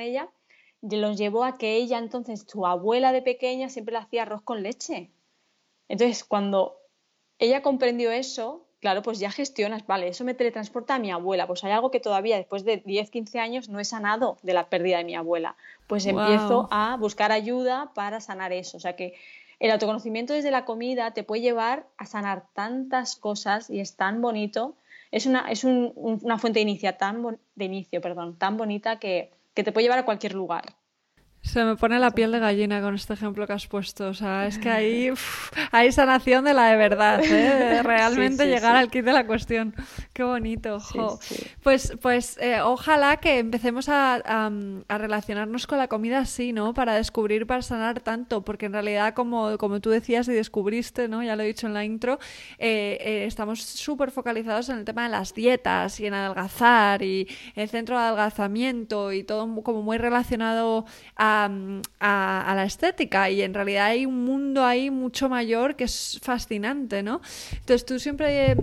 y los llevó a que ella, entonces, su abuela de pequeña siempre le hacía arroz con leche. Entonces, cuando ella comprendió eso, claro, pues ya gestionas, vale, eso me teletransporta a mi abuela, pues hay algo que todavía después de 10, 15 años no he sanado de la pérdida de mi abuela, pues empiezo a buscar ayuda para sanar eso, o sea que el autoconocimiento desde la comida te puede llevar a sanar tantas cosas y es tan bonito, es una fuente de inicio, tan bonita que te puede llevar a cualquier lugar. Se me pone la piel de gallina con este ejemplo que has puesto. O sea, es que ahí hay sanación de la de verdad, ¿eh? Realmente llegar al kit de la cuestión. Qué bonito. Pues ojalá que empecemos a relacionarnos con la comida así, ¿no? Para descubrir, para sanar tanto. Porque en realidad, como tú decías y descubriste, ¿no? Ya lo he dicho en la intro, estamos súper focalizados en el tema de las dietas y en adelgazar y el centro de adelgazamiento y todo como muy relacionado a la estética, y en realidad hay un mundo ahí mucho mayor que es fascinante, ¿no? Entonces tú siempre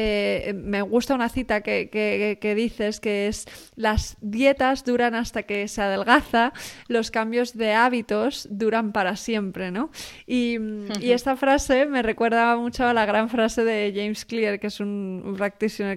me gusta una cita que dices, que es: las dietas duran hasta que se adelgaza, los cambios de hábitos duran para siempre, ¿no? Y esta frase me recuerda mucho a la gran frase de James Clear, que es un practitioner,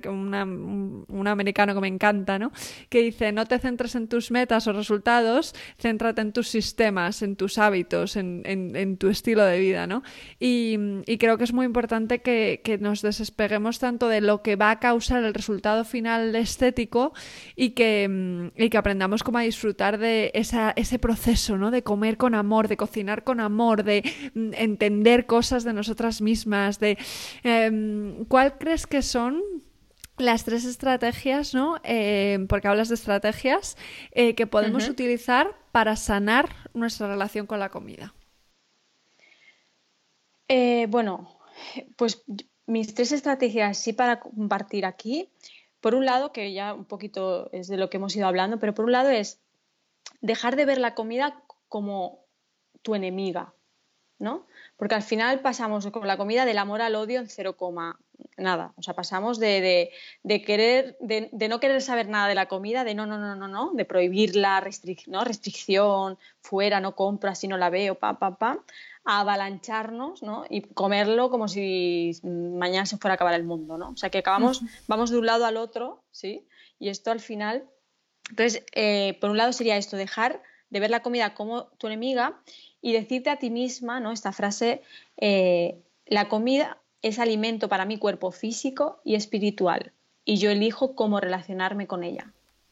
un americano que me encanta, ¿no? Que dice: no te centres en tus metas o resultados, céntrate en tus sistemas, en tus hábitos, en tu estilo de vida, ¿no? Y creo que es muy importante que nos despeguemos tanto de lo que va a causar el resultado final estético y que aprendamos como a disfrutar de ese proceso, ¿no? De comer con amor, de cocinar con amor, de entender cosas de nosotras mismas, de ¿cuál crees que son las 3 estrategias, ¿no? Porque hablas de estrategias que podemos utilizar para sanar nuestra relación con la comida? Bueno, pues mis 3 estrategias sí para compartir aquí. Por un lado, que ya un poquito es de lo que hemos ido hablando, pero por un lado es dejar de ver la comida como tu enemiga, ¿no? Porque al final pasamos con la comida del amor al odio en 0, nada. O sea, pasamos de no querer saber nada de la comida, de no, de prohibirla, restricción, fuera, no compro, así no la veo, a avalancharnos, ¿no? Y comerlo como si mañana se fuera a acabar el mundo, ¿no? O sea, que vamos de un lado al otro, ¿sí? Y esto al final... Entonces, por un lado sería esto, dejar de ver la comida como tu enemiga y decirte a ti misma, ¿no? Esta frase, la comida es alimento para mi cuerpo físico y espiritual y yo elijo cómo relacionarme con ella.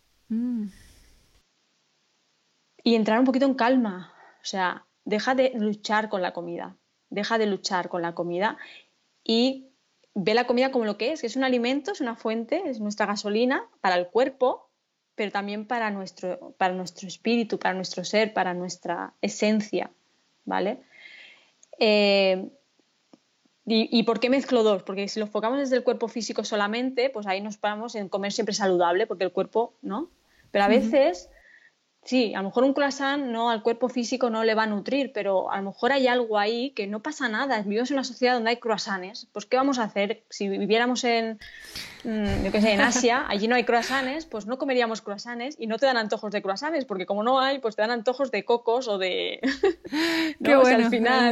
Y entrar un poquito en calma, o sea, deja de luchar con la comida y ve la comida como lo que es un alimento, es una fuente, es nuestra gasolina para el cuerpo, pero también para nuestro espíritu, para nuestro ser, para nuestra esencia, ¿vale? ¿Y por qué mezclo 2? Porque si lo enfocamos desde el cuerpo físico solamente, pues ahí nos paramos en comer siempre saludable, porque el cuerpo, ¿no? Pero a veces Sí, a lo mejor un croissant no al cuerpo físico no le va a nutrir, pero a lo mejor hay algo ahí que no pasa nada. Vivimos en una sociedad donde hay croissants. Pues ¿qué vamos a hacer? Si viviéramos yo qué sé, en Asia, allí no hay croissants, pues no comeríamos croissants y no te dan antojos de croissants, porque como no hay, pues te dan antojos de cocos o de... ¿no? Qué bueno.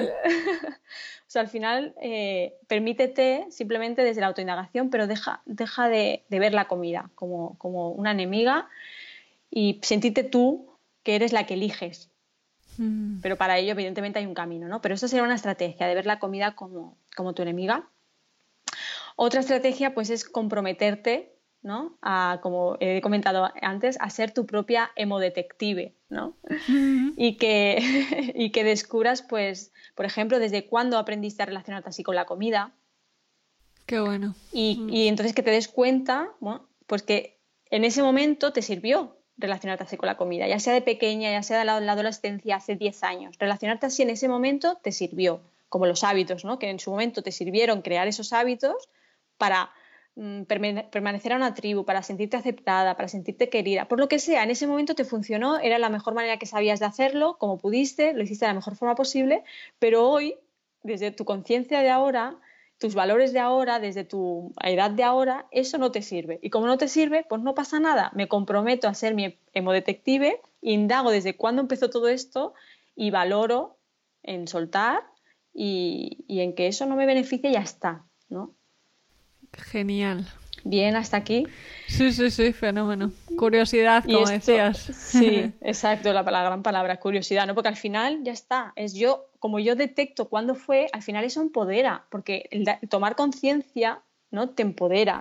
O sea, al final permítete simplemente desde la autoindagación, pero deja de ver la comida como una enemiga y sentirte tú que eres la que eliges. Pero para ello, evidentemente, hay un camino, ¿no? Pero esto sería una estrategia de ver la comida como tu enemiga. Otra estrategia, pues, es comprometerte, ¿no? Como he comentado antes, a ser tu propia hemodetective, ¿no? Y que descubras, pues, por ejemplo, desde cuándo aprendiste a relacionarte así con la comida. Qué bueno. Y entonces que te des cuenta, bueno, pues que en ese momento te sirvió relacionarte así con la comida, ya sea de pequeña, ya sea de la adolescencia, hace 10 años. Relacionarte así en ese momento te sirvió, como los hábitos, ¿no? Que en su momento te sirvieron crear esos hábitos para permanecer a una tribu, para sentirte aceptada, para sentirte querida, por lo que sea, en ese momento te funcionó, era la mejor manera que sabías de hacerlo, como pudiste, lo hiciste de la mejor forma posible, pero hoy, desde tu conciencia de ahora, tus valores de ahora, desde tu edad de ahora, eso no te sirve. Y como no te sirve, pues no pasa nada. Me comprometo a ser mi hemodetective, indago desde cuándo empezó todo esto y valoro en soltar y en que eso no me beneficie y ya está, ¿no? Genial. Bien, hasta aquí. Sí, fenómeno. Curiosidad, Y como esto, decías. sí, exacto, la gran palabra, curiosidad, ¿no? Porque al final ya está, como yo detecto cuándo fue, al final eso empodera, porque el tomar conciencia, ¿no? Te empodera.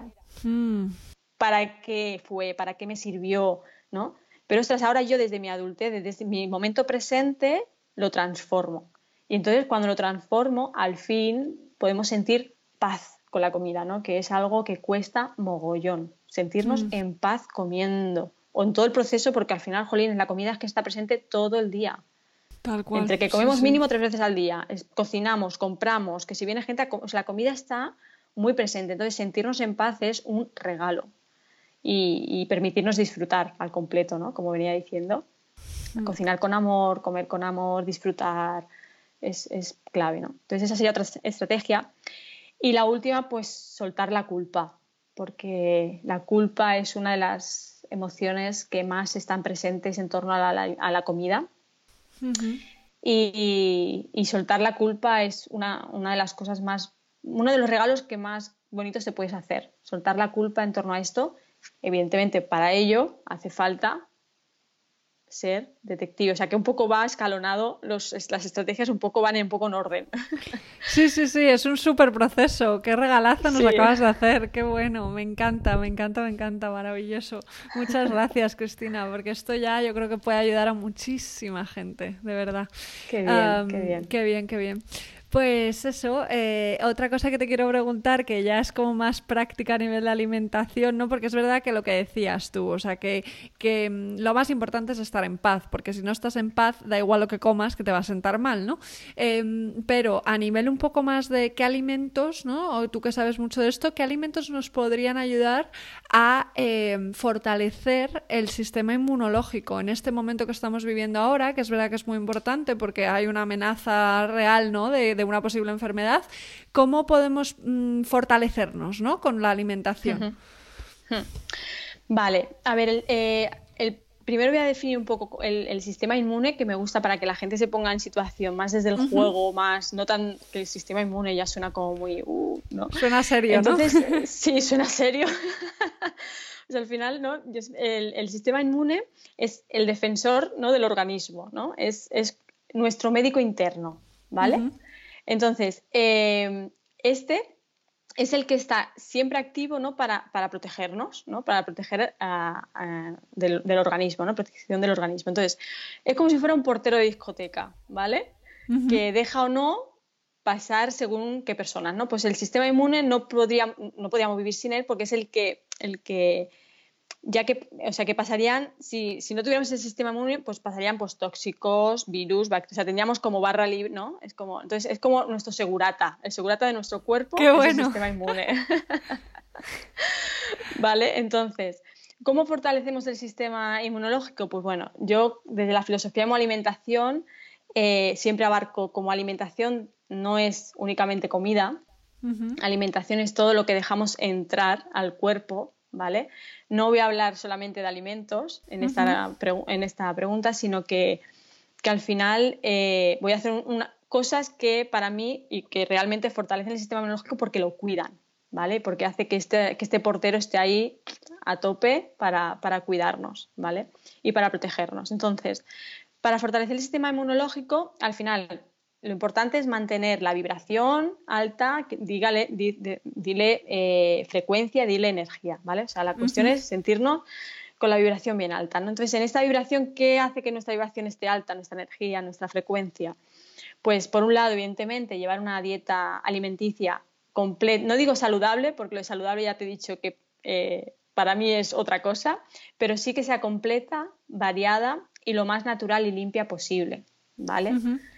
¿Para qué fue? ¿Para qué me sirvió? ¿No? Pero ostras, ahora yo desde mi adultez, desde mi momento presente, lo transformo. Y entonces cuando lo transformo, al fin podemos sentir paz con la comida, ¿no? Que es algo que cuesta mogollón, sentirnos en paz comiendo o en todo el proceso, porque al final, jolín, la comida es que está presente todo el día. Tal cual. Entre que comemos mínimo 3 veces al día, cocinamos, compramos, que si viene gente, o sea, la comida está muy presente, entonces sentirnos en paz es un regalo y permitirnos disfrutar al completo, ¿no? Como venía diciendo, cocinar con amor, comer con amor, disfrutar es clave, ¿no? Entonces esa sería otra estrategia. Y la última, pues soltar la culpa, porque la culpa es una de las emociones que más están presentes en torno a la comida. Y soltar la culpa es una de las cosas uno de los regalos que más bonitos te puedes hacer. Soltar la culpa en torno a esto. Evidentemente, para ello hace falta ser detective, o sea que un poco va escalonado, las estrategias un poco van un poco en orden. Sí, es un súper proceso, qué regalazo nos acabas de hacer, qué bueno, me encanta, maravilloso. Muchas gracias, Cristina, porque esto ya yo creo que puede ayudar a muchísima gente, de verdad. Qué bien, qué bien. Pues eso, otra cosa que te quiero preguntar, que ya es como más práctica a nivel de alimentación, ¿no? Porque es verdad que lo que decías tú, o sea, que lo más importante es estar en paz, porque si no estás en paz, da igual lo que comas, que te va a sentar mal, ¿no? Pero a nivel un poco más de qué alimentos, ¿no? O tú que sabes mucho de esto, ¿qué alimentos nos podrían ayudar a fortalecer el sistema inmunológico en este momento que estamos viviendo ahora, que es verdad que es muy importante porque hay una amenaza real, ¿no? de una posible enfermedad? ¿Cómo podemos fortalecernos, ¿no? con la alimentación? Vale, a ver, primero voy a definir un poco el sistema inmune, que me gusta para que la gente se ponga en situación más desde el juego, más no tan que el sistema inmune ya suena como muy ¿no? Suena serio, entonces, ¿no? Sí, suena serio. O sea, al final, ¿no? El sistema inmune es el defensor, ¿no? del organismo, ¿no? Es nuestro médico interno, ¿vale? Entonces, este es el que está siempre activo, ¿no? para protegernos, ¿no? Para proteger del organismo, ¿no? Protección del organismo. Entonces, es como si fuera un portero de discoteca, ¿vale? Que deja o no pasar según qué personas, ¿no? Pues el sistema inmune no podríamos vivir sin él, porque es el que ya que, o sea, que pasarían, si no tuviéramos el sistema inmune, pues pasarían pues tóxicos, virus, bacterias, o sea, tendríamos como barra libre, ¿no? Entonces es como nuestro segurata, el segurata de nuestro cuerpo. ¡Qué bueno! Es el sistema inmune. ¿Vale? Entonces, ¿Cómo fortalecemos el sistema inmunológico? Pues bueno, yo desde la filosofía de alimentación siempre abarco como alimentación no es únicamente comida, alimentación es todo lo que dejamos entrar al cuerpo, ¿vale? No voy a hablar solamente de alimentos en esta pregunta, sino que al final voy a hacer cosas que para mí y que realmente fortalecen el sistema inmunológico porque lo cuidan, ¿vale? Porque hace que este portero esté ahí a tope para cuidarnos, ¿vale? Y para protegernos. Entonces, para fortalecer el sistema inmunológico, al final, lo importante es mantener la vibración alta, dile frecuencia, dile energía, ¿vale? O sea, la cuestión es sentirnos con la vibración bien alta, ¿no? Entonces, en esta vibración, ¿qué hace que nuestra vibración esté alta, nuestra energía, nuestra frecuencia? Pues, por un lado, evidentemente, llevar una dieta alimenticia completa, no digo saludable, porque lo de saludable ya te he dicho que para mí es otra cosa, pero sí que sea completa, variada y lo más natural y limpia posible, ¿vale?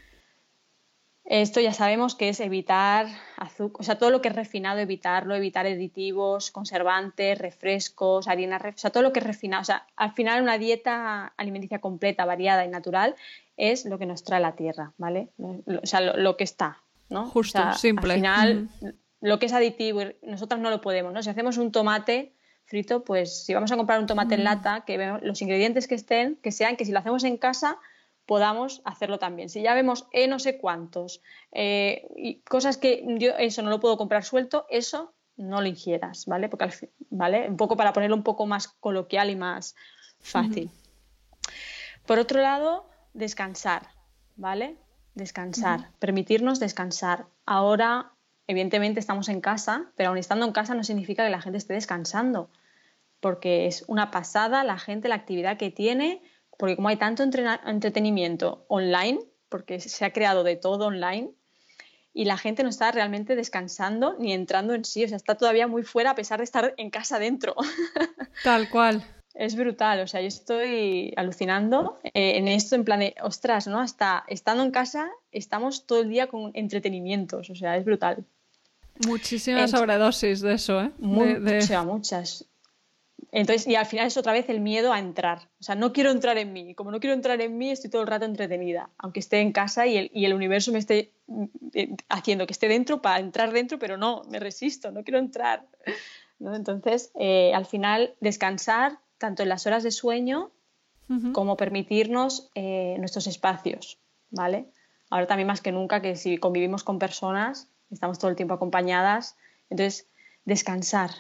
Esto ya sabemos que es evitar azúcar, o sea, todo lo que es refinado, evitarlo, evitar aditivos, conservantes, refrescos, harinas, o sea, todo lo que es refinado. O sea, al final una dieta alimenticia completa, variada y natural es lo que nos trae la tierra, ¿vale? O sea, lo que está, ¿no? Justo, o sea, simple. Al final, lo que es aditivo, nosotras no lo podemos, ¿no? Si hacemos un tomate frito, pues si vamos a comprar un tomate en lata, que vemos los ingredientes que estén, que sean que si lo hacemos en casa podamos hacerlo también. Si ya vemos no sé cuántos y cosas que yo eso no lo puedo comprar suelto, eso no lo ingieras, ¿vale? Porque ¿vale? Un poco para ponerlo un poco más coloquial y más fácil. Por otro lado, descansar, ¿vale? Descansar, permitirnos descansar. Ahora, evidentemente, estamos en casa, pero aun estando en casa no significa que la gente esté descansando, porque es una pasada la gente, la actividad que tiene, porque como hay tanto entretenimiento online, porque se ha creado de todo online, y la gente no está realmente descansando ni entrando en sí, o sea, está todavía muy fuera a pesar de estar en casa dentro. Tal cual. Es brutal, o sea, yo estoy alucinando en esto, en plan de, ostras, ¿no? Hasta estando en casa estamos todo el día con entretenimientos, o sea, es brutal. Muchísimas sobredosis de eso, ¿eh? O sea, muchas. Entonces, y al final es otra vez el miedo a entrar. O sea, no quiero entrar en mí. Como no quiero entrar en mí, estoy todo el rato entretenida. Aunque esté en casa y el universo me esté haciendo que esté dentro para entrar dentro, pero no, me resisto, no quiero entrar, ¿no? Entonces, al final, descansar tanto en las horas de sueño como permitirnos nuestros espacios, ¿vale? Ahora también más que nunca que si convivimos con personas, estamos todo el tiempo acompañadas. Entonces, descansar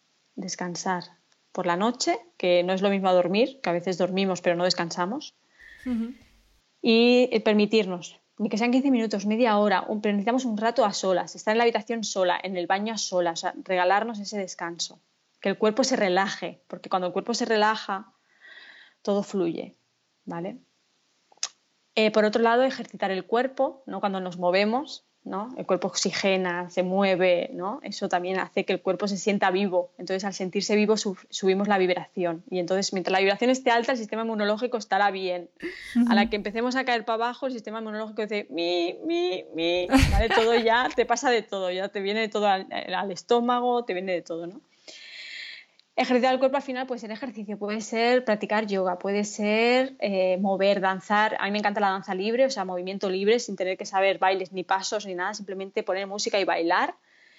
por la noche, que no es lo mismo a dormir, que a veces dormimos pero no descansamos, y permitirnos, ni que sean 15 minutos, media hora, pero necesitamos un rato a solas, estar en la habitación sola, en el baño a solas, o sea, regalarnos ese descanso, que el cuerpo se relaje, porque cuando el cuerpo se relaja, todo fluye, ¿vale? Por otro lado, ejercitar el cuerpo, ¿no? Cuando nos movemos, ¿no? El cuerpo oxigena, se mueve, ¿no? Eso también hace que el cuerpo se sienta vivo. Entonces, al sentirse vivo, subimos la vibración. Y entonces, mientras la vibración esté alta, el sistema inmunológico estará bien. A la que empecemos a caer para abajo, el sistema inmunológico dice, ¿vale? Todo ya, te pasa de todo, ya te viene de todo al estómago, te viene de todo, ¿no? Ejercitar el cuerpo al final puede ser ejercicio, puede ser practicar yoga, puede ser mover, danzar. A mí me encanta la danza libre, o sea, movimiento libre, sin tener que saber bailes ni pasos ni nada, simplemente poner música y bailar.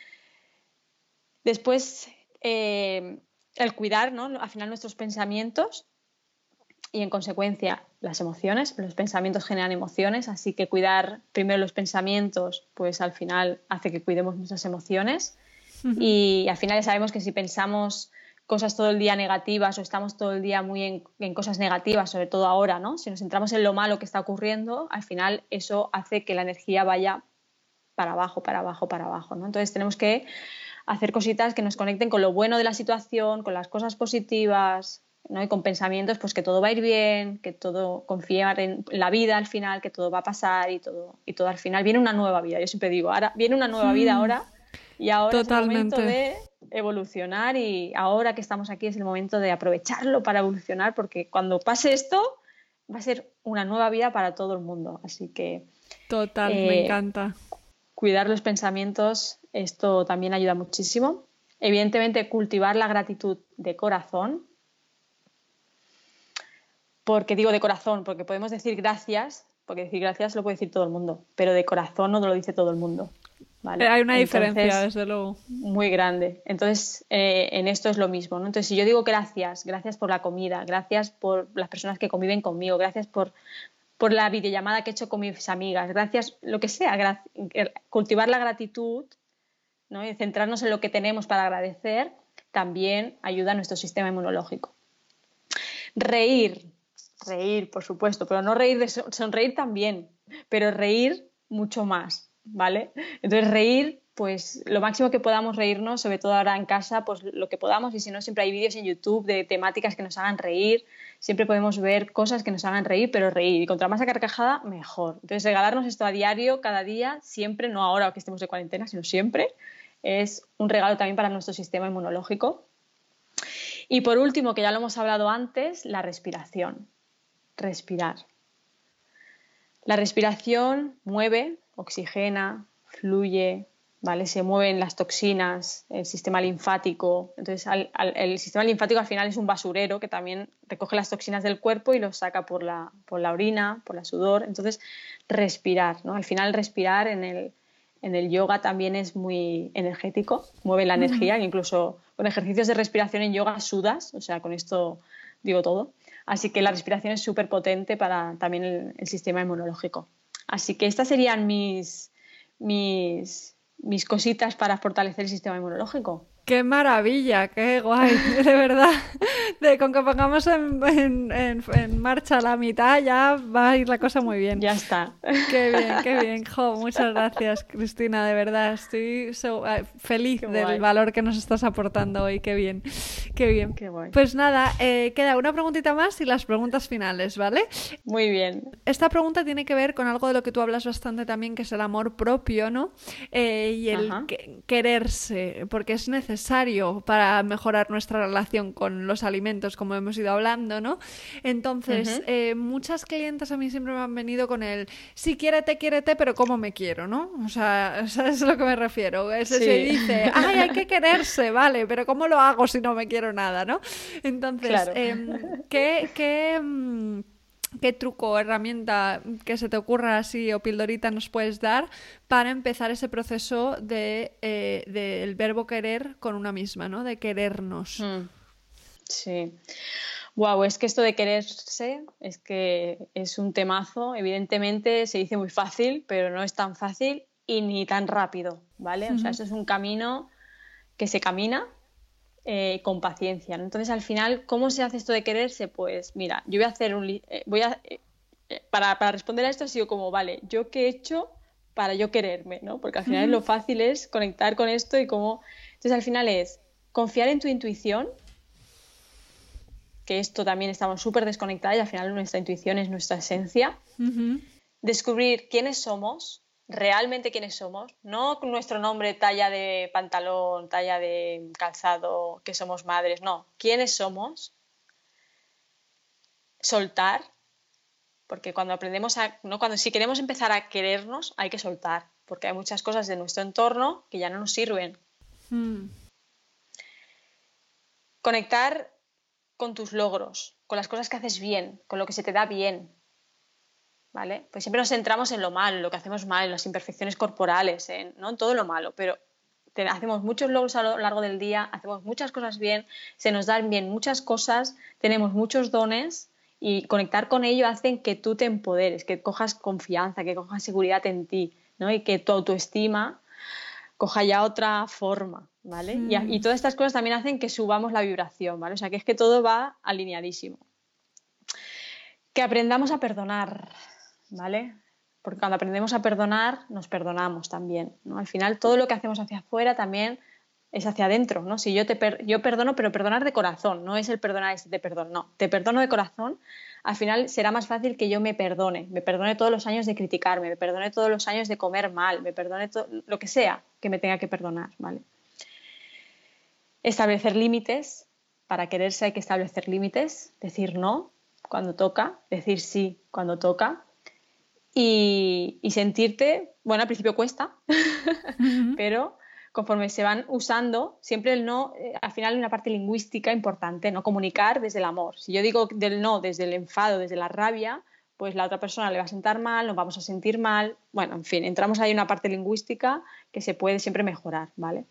Después, el cuidar, ¿no? Al final nuestros pensamientos y en consecuencia las emociones. Los pensamientos generan emociones, así que cuidar primero los pensamientos, pues al final hace que cuidemos nuestras emociones. Y al final ya sabemos que si pensamos cosas todo el día negativas o estamos todo el día muy en cosas negativas, sobre todo ahora, ¿no? Si nos centramos en lo malo que está ocurriendo, al final eso hace que la energía vaya para abajo, ¿no? Entonces tenemos que hacer cositas que nos conecten con lo bueno de la situación, con las cosas positivas, ¿no? Y con pensamientos, pues que todo va a ir bien, que todo, confiar en la vida al final, que todo va a pasar y todo al final viene una nueva vida. Yo siempre digo, ahora viene una nueva vida ahora. Y ahora Totalmente. Es el momento de evolucionar y ahora que estamos aquí es el momento de aprovecharlo para evolucionar porque cuando pase esto va a ser una nueva vida para todo el mundo. Así que Total, me encanta. Cuidar los pensamientos, esto también ayuda muchísimo. Evidentemente, cultivar la gratitud de corazón, porque digo de corazón, porque podemos decir gracias, porque decir gracias lo puede decir todo el mundo, pero de corazón no lo dice todo el mundo. ¿Vale? Hay una Entonces, diferencia, desde luego. Muy grande. Entonces, en esto es lo mismo, ¿no? Entonces, si yo digo gracias, gracias por la comida, gracias por las personas que conviven conmigo, gracias por la videollamada que he hecho con mis amigas, gracias, lo que sea, cultivar la gratitud, ¿no? Y centrarnos en lo que tenemos para agradecer, también ayuda a nuestro sistema inmunológico. Reír, por supuesto, pero no reír de sonreír también, pero reír mucho más, ¿vale? Entonces reír, pues lo máximo que podamos reírnos, sobre todo ahora en casa, pues lo que podamos, y si no, siempre hay vídeos en YouTube de temáticas que nos hagan reír, siempre podemos ver cosas que nos hagan reír, pero reír, y contra más a carcajada, mejor. Entonces regalarnos esto a diario, cada día, siempre, no ahora que estemos de cuarentena, sino siempre, es un regalo también para nuestro sistema inmunológico. Y por último, que ya lo hemos hablado antes, la respiración. Respirar. La respiración mueve, oxigena, fluye, ¿vale? Se mueven las toxinas, el sistema linfático. Entonces, el sistema linfático al final es un basurero que también recoge las toxinas del cuerpo y los saca por la orina, por la sudor. Entonces, respirar, ¿no? Al final, respirar en el yoga también es muy energético, mueve la energía, incluso con ejercicios de respiración en yoga sudas, o sea, con esto digo todo. Así que la respiración es súper potente para también el sistema inmunológico. Así que estas serían mis cositas para fortalecer el sistema inmunológico. ¡Qué maravilla! ¡Qué guay! De verdad, con que pongamos en marcha la mitad ya va a ir la cosa muy bien. Ya está. ¡Qué bien, qué bien! Jo, muchas gracias, Cristina, de verdad. Estoy feliz del valor que nos estás aportando hoy. ¡Qué bien! ¡Qué bien! Qué guay. Pues nada, queda una preguntita más y las preguntas finales, ¿vale? Muy bien. Esta pregunta tiene que ver con algo de lo que tú hablas bastante también, que es el amor propio, ¿no? Y el quererse, porque es necesario para mejorar nuestra relación con los alimentos, como hemos ido hablando, ¿no? Entonces, muchas clientes a mí siempre me han venido con el sí, quiérete, pero ¿cómo me quiero, no? O sea, es a lo que me refiero. Se dice, ay, hay que quererse, vale, pero ¿cómo lo hago si no me quiero nada, no? Entonces, claro. ¿Qué truco o herramienta que se te ocurra así o pildorita nos puedes dar para empezar ese proceso del verbo querer con una misma, ¿no? De querernos. Sí. Wow, es que esto de quererse es que es un temazo. Evidentemente se dice muy fácil, pero no es tan fácil y ni tan rápido, ¿vale? O sea, eso es un camino que se camina con paciencia, ¿no? Entonces, al final, ¿cómo se hace esto de quererse? Pues mira, yo voy a hacer para responder a esto ha sido como, vale, ¿yo qué he hecho para yo quererme, ¿no? Porque al final lo fácil es conectar con esto y cómo... Entonces, al final es confiar en tu intuición, que esto también estamos súper desconectadas y al final nuestra intuición es nuestra esencia. Descubrir quiénes somos, realmente quiénes somos, no nuestro nombre, talla de pantalón, talla de calzado, que somos madres, no, quiénes somos. Soltar, porque cuando aprendemos si queremos empezar a querernos, hay que soltar, porque hay muchas cosas de nuestro entorno que ya no nos sirven. Conectar con tus logros, con las cosas que haces bien, con lo que se te da bien. ¿Vale? Pues siempre nos centramos en lo malo, en lo que hacemos mal, en las imperfecciones corporales, ¿no? En todo lo malo, pero hacemos muchos logros a lo largo del día, hacemos muchas cosas bien, se nos dan bien muchas cosas, tenemos muchos dones y conectar con ello hace que tú te empoderes, que cojas confianza, que cojas seguridad en ti, ¿no? Y que tu autoestima coja ya otra forma, ¿vale? Y todas estas cosas también hacen que subamos la vibración, ¿vale? O sea, que es que todo va alineadísimo. Que aprendamos a perdonar, ¿vale? Porque cuando aprendemos a perdonar, nos perdonamos también, ¿no? Al final, todo lo que hacemos hacia afuera también es hacia adentro, ¿no? Si yo perdono, pero perdonar de corazón, no es el perdonar de perdón, no. Te perdono de corazón, al final será más fácil que yo me perdone todos los años de criticarme, me perdone todos los años de comer mal, me perdone lo que sea que me tenga que perdonar, ¿vale? Establecer límites. Para quererse hay que establecer límites, decir no cuando toca, decir sí cuando toca y sentirte, bueno, al principio cuesta, pero conforme se van usando, siempre el no, al final hay una parte lingüística importante, no comunicar desde el amor. Si yo digo del no desde el enfado, desde la rabia, pues la otra persona le va a sentar mal, nos vamos a sentir mal. Bueno, en fin, entramos ahí en una parte lingüística que se puede siempre mejorar, ¿vale?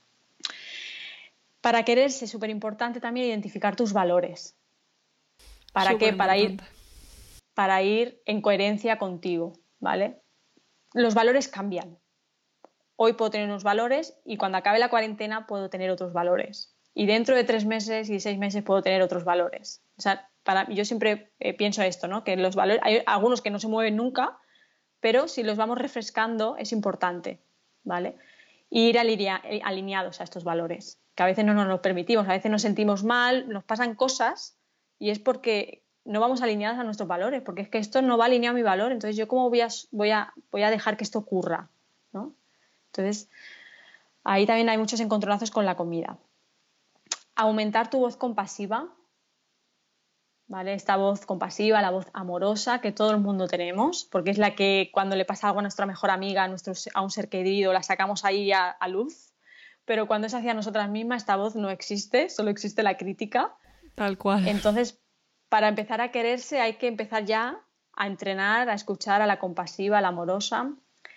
Para quererse es súper importante también identificar tus valores. ¿Para qué? Para ir en coherencia contigo, ¿vale? Los valores cambian. Hoy puedo tener unos valores y cuando acabe la cuarentena puedo tener otros valores. Y dentro de 3 meses y 6 meses puedo tener otros valores. O sea, yo siempre pienso esto, ¿no? Que los valores, hay algunos que no se mueven nunca, pero si los vamos refrescando es importante, ¿vale? Y ir alineados a estos valores, que a veces no nos lo permitimos, a veces nos sentimos mal, nos pasan cosas y es porque no vamos alineados a nuestros valores, porque es que esto no va alineado a mi valor, entonces yo cómo voy a dejar que esto ocurra, ¿no? Entonces, ahí también hay muchos encontronazos con la comida. Aumentar tu voz compasiva, ¿vale? Esta voz compasiva, la voz amorosa que todo el mundo tenemos, porque es la que cuando le pasa algo a nuestra mejor amiga, a un ser querido, la sacamos ahí a luz, pero cuando es hacia nosotras mismas, esta voz no existe, solo existe la crítica. Tal cual. Entonces, para empezar a quererse hay que empezar ya a entrenar, a escuchar a la compasiva, a la amorosa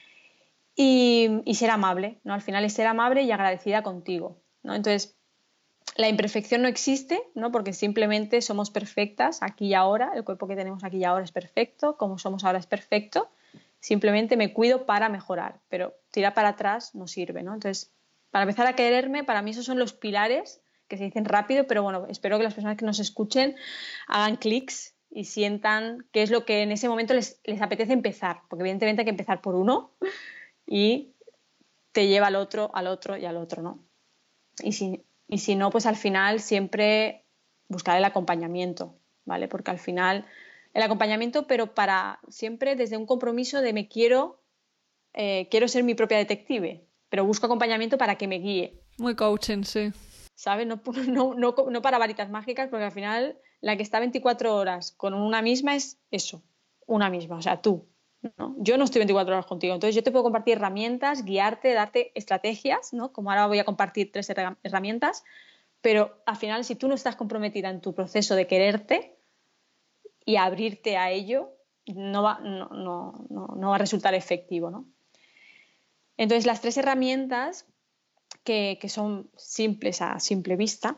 y ser amable, ¿no? Al final es ser amable y agradecida contigo, ¿no? Entonces, la imperfección no existe, ¿no? Porque simplemente somos perfectas aquí y ahora, el cuerpo que tenemos aquí y ahora es perfecto, como somos ahora es perfecto, simplemente me cuido para mejorar, pero tirar para atrás no sirve, ¿no? Entonces, para empezar a quererme, para mí esos son los pilares que se dicen rápido, pero bueno, espero que las personas que nos escuchen hagan clics y sientan qué es lo que en ese momento les apetece empezar, porque evidentemente hay que empezar por uno y te lleva al otro y al otro, ¿no? Y si no, pues al final siempre buscar el acompañamiento, ¿vale? Porque al final el acompañamiento, pero para siempre desde un compromiso de quiero ser mi propia detective, pero busco acompañamiento para que me guíe. Muy coaching, sí. ¿Sabes? No para varitas mágicas, porque al final la que está 24 horas con una misma es eso, una misma, o sea, tú, ¿no? Yo no estoy 24 horas contigo, entonces yo te puedo compartir herramientas, guiarte, darte estrategias, ¿no? Como ahora voy a compartir 3 herramientas, pero al final si tú no estás comprometida en tu proceso de quererte y abrirte a ello, no va a resultar efectivo, ¿no? Entonces las 3 herramientas que son simples a simple vista,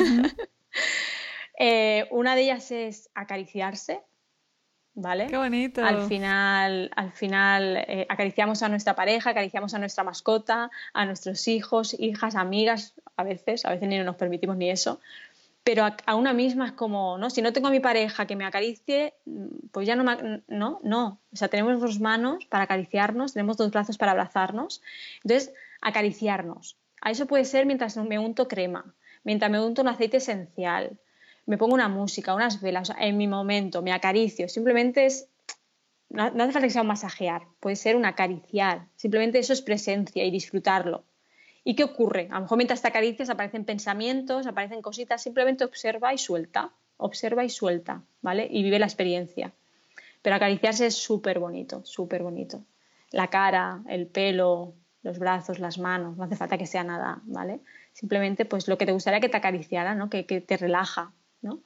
una de ellas es acariciarse, ¿vale? ¡Qué bonito! Al final acariciamos a nuestra pareja, acariciamos a nuestra mascota, a nuestros hijos, hijas, amigas, a veces ni nos permitimos ni eso, pero a una misma es como, ¿no? Si no tengo a mi pareja que me acaricie, pues ya no, o sea, tenemos 2 manos para acariciarnos, tenemos 2 brazos para abrazarnos, entonces acariciarnos. A eso puede ser mientras me unto crema, mientras me unto un aceite esencial, me pongo una música, unas velas, o sea, en mi momento, me acaricio. Simplemente no hace falta que sea un masajear, puede ser un acariciar. Simplemente eso es presencia y disfrutarlo. ¿Y qué ocurre? A lo mejor mientras te acaricias aparecen pensamientos, aparecen cositas, simplemente observa y suelta, ¿vale? Y vive la experiencia. Pero acariciarse es súper bonito, súper bonito. La cara, el pelo, los brazos, las manos, no hace falta que sea nada, ¿vale? Simplemente pues lo que te gustaría que te acariciara, ¿no? Que te relaja, ¿no?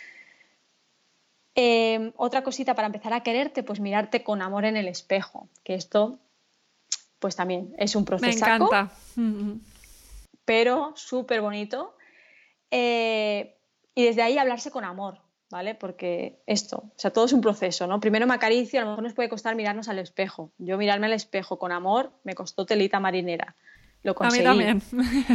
Otra cosita para empezar a quererte, pues mirarte con amor en el espejo, que esto pues también es un procesaco. Me encanta. Pero súper bonito. Y desde ahí hablarse con amor, ¿vale? Porque o sea, todo es un proceso, ¿no? Primero me acaricio, a lo mejor nos puede costar mirarnos al espejo. Yo mirarme al espejo con amor me costó telita marinera. Lo conseguí. A mí también.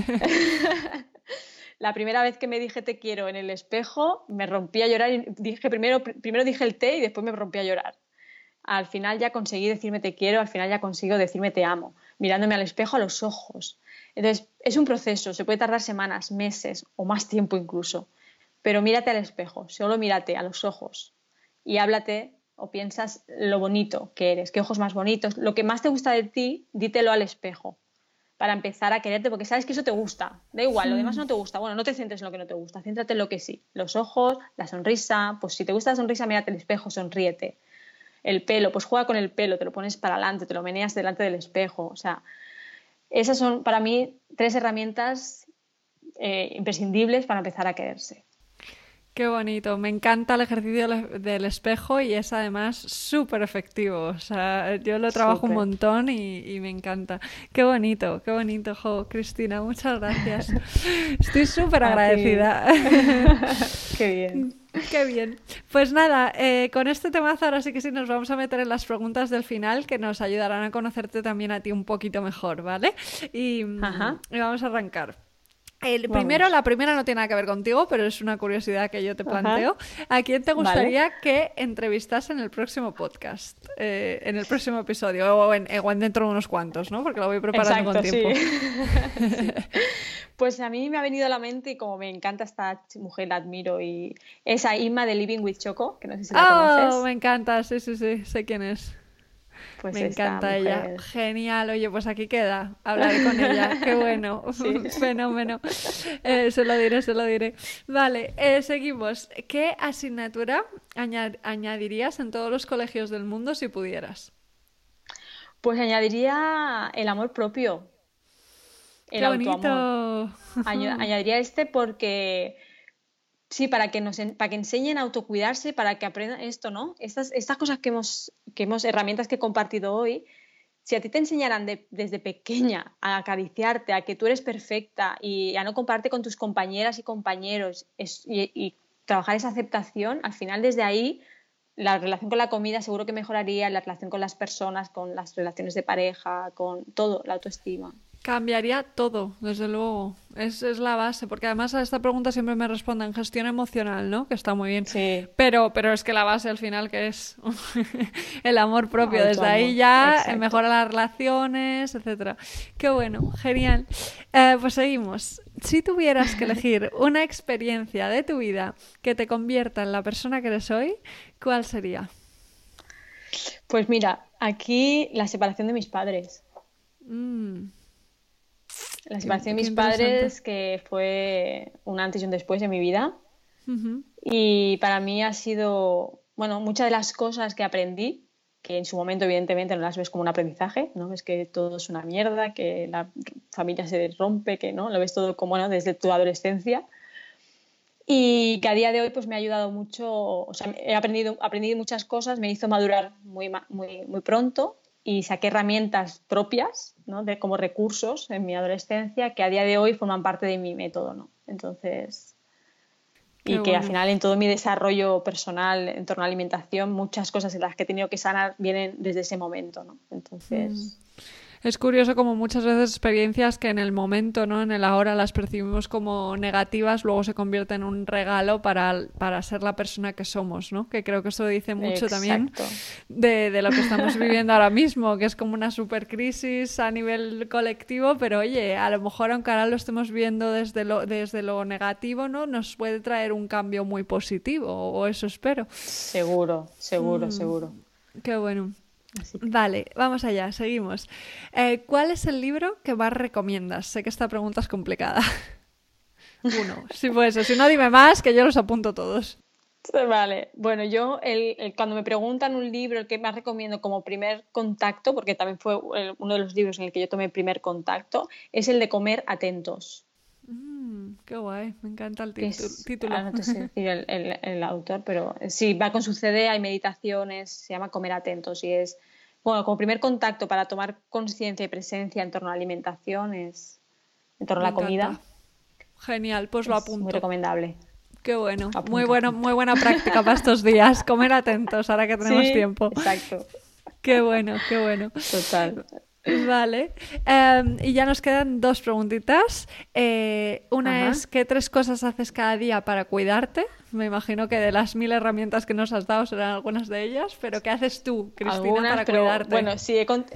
La primera vez que me dije te quiero en el espejo, me rompí a llorar y dije primero dije el te y después me rompí a llorar. Al final ya conseguí decirme te quiero, al final ya consigo decirme te amo, mirándome al espejo a los ojos. Entonces, es un proceso, se puede tardar semanas, meses o más tiempo incluso, pero mírate al espejo, solo mírate a los ojos y háblate o piensas lo bonito que eres, qué ojos más bonitos, lo que más te gusta de ti, dítelo al espejo para empezar a quererte, porque sabes que eso te gusta, da igual, lo demás no te gusta, bueno, no te centres en lo que no te gusta, céntrate en lo que sí, los ojos, la sonrisa, pues si te gusta la sonrisa, mírate al espejo, sonríete. El pelo, pues juega con el pelo, te lo pones para adelante, te lo meneas delante del espejo, o sea, Esas son para mí 3 herramientas imprescindibles para empezar a quererse. Qué bonito, me encanta el ejercicio del espejo y es además súper efectivo. O sea, yo lo trabajo un Súper. montón y me encanta. Qué bonito, jo, Cristina, muchas gracias. Estoy súper A ti. agradecida. Qué bien. Qué bien. Pues nada, con este temazo ahora sí que sí nos vamos a meter en las preguntas del final que nos ayudarán a conocerte también a ti un poquito mejor, ¿vale? Ajá. Y vamos a arrancar. La Vamos. primera no tiene nada que ver contigo, pero es una curiosidad que yo te Ajá. planteo. ¿A quién te Vale. gustaría que entrevistas en el próximo podcast? En el próximo episodio, o en dentro de unos cuantos, ¿no? Porque lo voy preparando con Exacto, sí. tiempo. Sí. Pues a mí me ha venido a la mente y como me encanta esta mujer, la admiro, y esa Inma de Living with Choco, que no sé si la ¡Oh! conoces, Me encanta, sí, sí, sí, sé quién es. pues Me esta encanta ella. mujer. Genial. Oye, pues aquí queda. Hablaré con ella. Qué bueno. Sí. Fenómeno. Se lo diré, se lo diré. Vale, seguimos. ¿Qué asignatura añadirías en todos los colegios del mundo si pudieras? Pues añadiría el amor propio, el ¡Qué autoamor. bonito! Añadiría este porque sí, para que enseñen a autocuidarse, para que aprendan esto, ¿no? Estas cosas herramientas que he compartido hoy, si a ti te enseñaran desde pequeña a acariciarte, a que tú eres perfecta y a no compararte con tus compañeras y compañeros y trabajar esa aceptación, al final desde ahí la relación con la comida seguro que mejoraría, la relación con las personas, con las relaciones de pareja, con todo, la autoestima. Cambiaría todo, desde luego. Es la base, porque además a esta pregunta siempre me responden gestión emocional, ¿no? Que está muy bien. Sí, Pero es que la base al final que es el amor propio. Desde ahí autoamor, ya exacto. mejora las relaciones, etcétera. Qué bueno, genial. Pues seguimos. Si tuvieras que elegir una experiencia de tu vida que te convierta en la persona que eres hoy, ¿cuál sería? Pues mira, aquí la separación de mis padres. Mm, La separación de qué mis interesante. padres, que fue un antes y un después en mi vida. Ujú. Y para mí ha sido, bueno, muchas de las cosas que aprendí, que en su momento evidentemente no las ves como un aprendizaje, ¿no? Ves que todo es una mierda, que la familia se rompe, que no, lo ves todo como, ¿no? Desde tu adolescencia. Y que a día de hoy pues me ha ayudado mucho, o sea, aprendí muchas cosas, me hizo madurar muy pronto y saqué herramientas propias, ¿no? Como recursos en mi adolescencia que a día de hoy forman parte de mi método, ¿no? Entonces, Qué y que al bueno. final en todo mi desarrollo personal en torno a la alimentación, muchas cosas en las que he tenido que sanar vienen desde ese momento, ¿no? Mm. Entonces, Es curioso como muchas veces experiencias que en el momento, ¿no? En el ahora las percibimos como negativas, luego se convierten en un regalo para ser la persona que somos, ¿no? Que creo que eso dice mucho también exacto, de lo que estamos viviendo ahora mismo, que es como una super crisis a nivel colectivo, pero oye, a lo mejor aunque ahora lo estemos viendo desde lo negativo, ¿no? Nos puede traer un cambio muy positivo, o eso espero. seguro, seguro, seguro. Qué bueno. Así que Vale, vamos allá, seguimos. ¿Cuál es el libro que más recomiendas? Sé que esta pregunta es complicada. Uno, si puede ser. Si no, dime más, que yo los apunto todos. vale, bueno, yo cuando me preguntan un libro, el que más recomiendo como primer contacto, porque también fue uno de los libros en el que yo tomé primer contacto, es el de Comer Atentos, Qué guay, me encanta el que es, título. ahora no te sé decir el autor, pero sí, va con su CD, hay meditaciones, se llama Comer Atentos y es, bueno, como primer contacto para tomar conciencia y presencia en torno a la alimentación, en torno a Me la comida, encanta. Genial, pues lo es muy apunto. recomendable. Qué bueno, Apunta, apunta. muy buena práctica para estos días. Comer atentos, ahora que tenemos Sí, tiempo. exacto, Qué bueno, qué bueno. total. Vale. Y ya nos quedan dos preguntitas. Una Ajá. es, ¿qué 3 cosas haces cada día para cuidarte? Me imagino que de las 1000 herramientas que nos has dado serán algunas de ellas, pero ¿qué haces tú, Cristina, Algunas, para pero cuidarte? bueno, sí,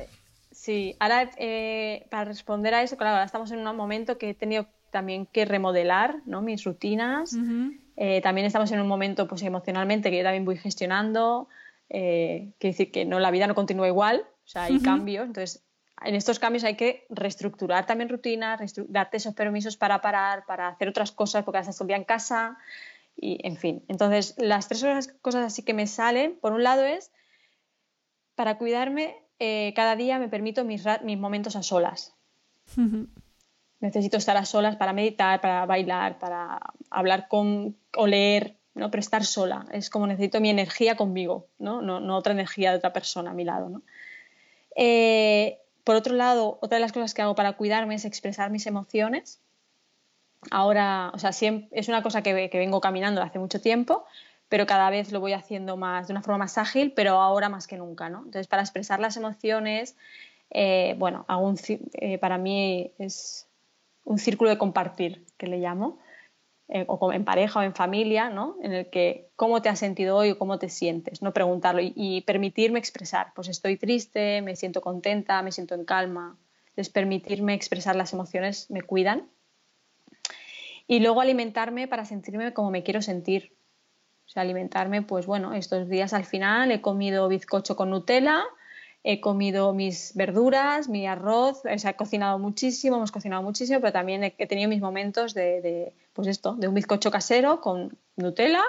sí. Ahora para responder a eso, claro, ahora estamos en un momento que he tenido también que remodelar, ¿no? Mis rutinas. Ujú, También estamos en un momento pues, emocionalmente que yo también voy gestionando. Quiere decir que no, la vida no continúa igual, o sea, hay ujú. cambios. Entonces, en estos cambios hay que reestructurar también rutinas, darte esos permisos para parar, para hacer otras cosas, porque estás todo el día en casa y, en fin. Entonces, las 3 cosas así que me salen, por un lado es para cuidarme, cada día me permito mis momentos a solas. Necesito estar a solas para meditar, para bailar, para hablar o leer, ¿no? Pero estar sola. Es como necesito mi energía conmigo, ¿no? No otra energía de otra persona a mi lado, ¿no? Por otro lado, otra de las cosas que hago para cuidarme es expresar mis emociones. Ahora, o sea, es una cosa que vengo caminando hace mucho tiempo, pero cada vez lo voy haciendo más, de una forma más ágil, pero ahora más que nunca, ¿no? Entonces, para expresar las emociones, bueno, para mí es un círculo de compartir, que le llamo, o en pareja o en familia, ¿no? En el que cómo te has sentido hoy o cómo te sientes, no preguntarlo y permitirme expresar, pues estoy triste, me siento contenta, me siento en calma. Entonces, permitirme expresar las emociones me cuidan. Y luego alimentarme para sentirme como me quiero sentir. O sea, alimentarme, pues bueno, estos días al final he comido bizcocho con Nutella, he comido mis verduras, mi arroz, o sea, he cocinado muchísimo, hemos cocinado muchísimo, pero también he tenido mis momentos pues esto, de un bizcocho casero con Nutella,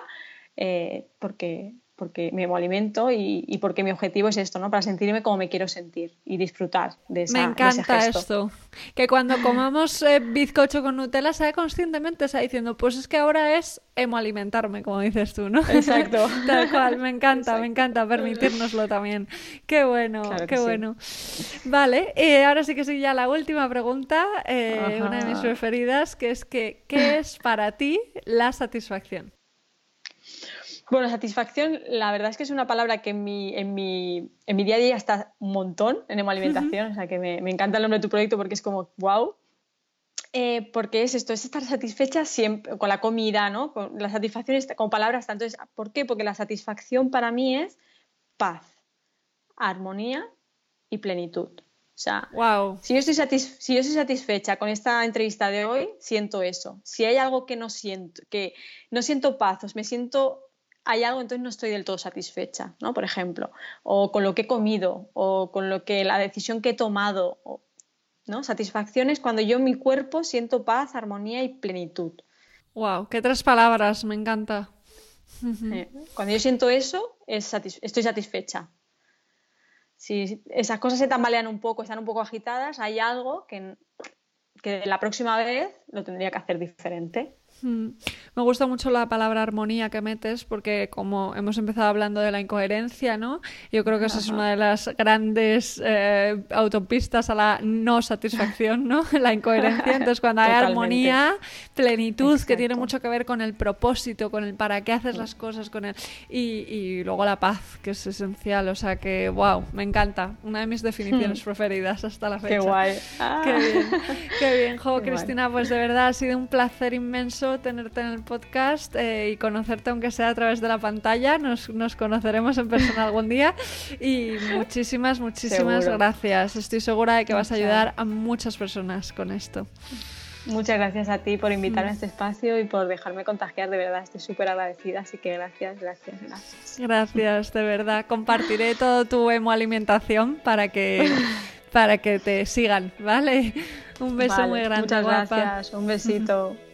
porque me alimento y porque mi objetivo es esto, ¿no? Para sentirme como me quiero sentir y disfrutar de ese gesto. Me encanta esto, que cuando comamos bizcocho con Nutella sea conscientemente está diciendo, pues es que ahora es hemoalimentarme, como dices tú, ¿no? Exacto. Tal cual, me encanta permitírnoslo también. Qué bueno, claro qué bueno. Sí. Vale, ahora sí que sí, ya la última pregunta, una de mis preferidas, que es que, ¿qué es para ti la satisfacción? Bueno, satisfacción, la verdad es que es una palabra que en mi día a día está un montón en hemoalimentación, o sea que me encanta el nombre de tu proyecto porque es como wow. Porque es esto, es estar satisfecha siempre con la comida, ¿no? Con la satisfacción con palabras. Entonces, ¿por qué? Porque la satisfacción para mí es paz, armonía y plenitud. O sea, wow. si yo estoy satisfecha con esta entrevista de hoy, siento eso. Si hay algo que no siento paz, hay algo, entonces no estoy del todo satisfecha, ¿no? Por ejemplo, o con lo que he comido, o con la decisión que he tomado, ¿no? Satisfacción es cuando yo en mi cuerpo siento paz, armonía y plenitud. Wow, qué 3 palabras, me encanta. Cuando yo siento eso, estoy satisfecha. Si esas cosas se tambalean un poco, están un poco agitadas, hay algo que la próxima vez lo tendría que hacer diferente. Me gusta mucho la palabra armonía que metes porque como hemos empezado hablando de la incoherencia, ¿no? Yo creo que esa es una de las grandes autopistas a la no satisfacción, ¿no? La incoherencia. Entonces cuando hay armonía, plenitud, exacto, que tiene mucho que ver con el propósito, con el para qué haces las cosas, y luego la paz, que es esencial. O sea que, wow, me encanta. Una de mis definiciones preferidas hasta la fecha. Qué guay. Qué bien, Jo, Cristina, pues de verdad ha sido un placer inmenso tenerte en el podcast y conocerte aunque sea a través de la pantalla. Nos conoceremos en persona algún día y muchísimas gracias. Estoy segura de que vas a ayudar a muchas personas con esto. Muchas gracias a ti por invitarme a este espacio y por dejarme contagiar, de verdad, estoy súper agradecida, así que gracias. Gracias, de verdad. Compartiré todo tu hemoalimentación para que te sigan, ¿vale? Un beso muy grande, muchas guapa. Gracias, un besito.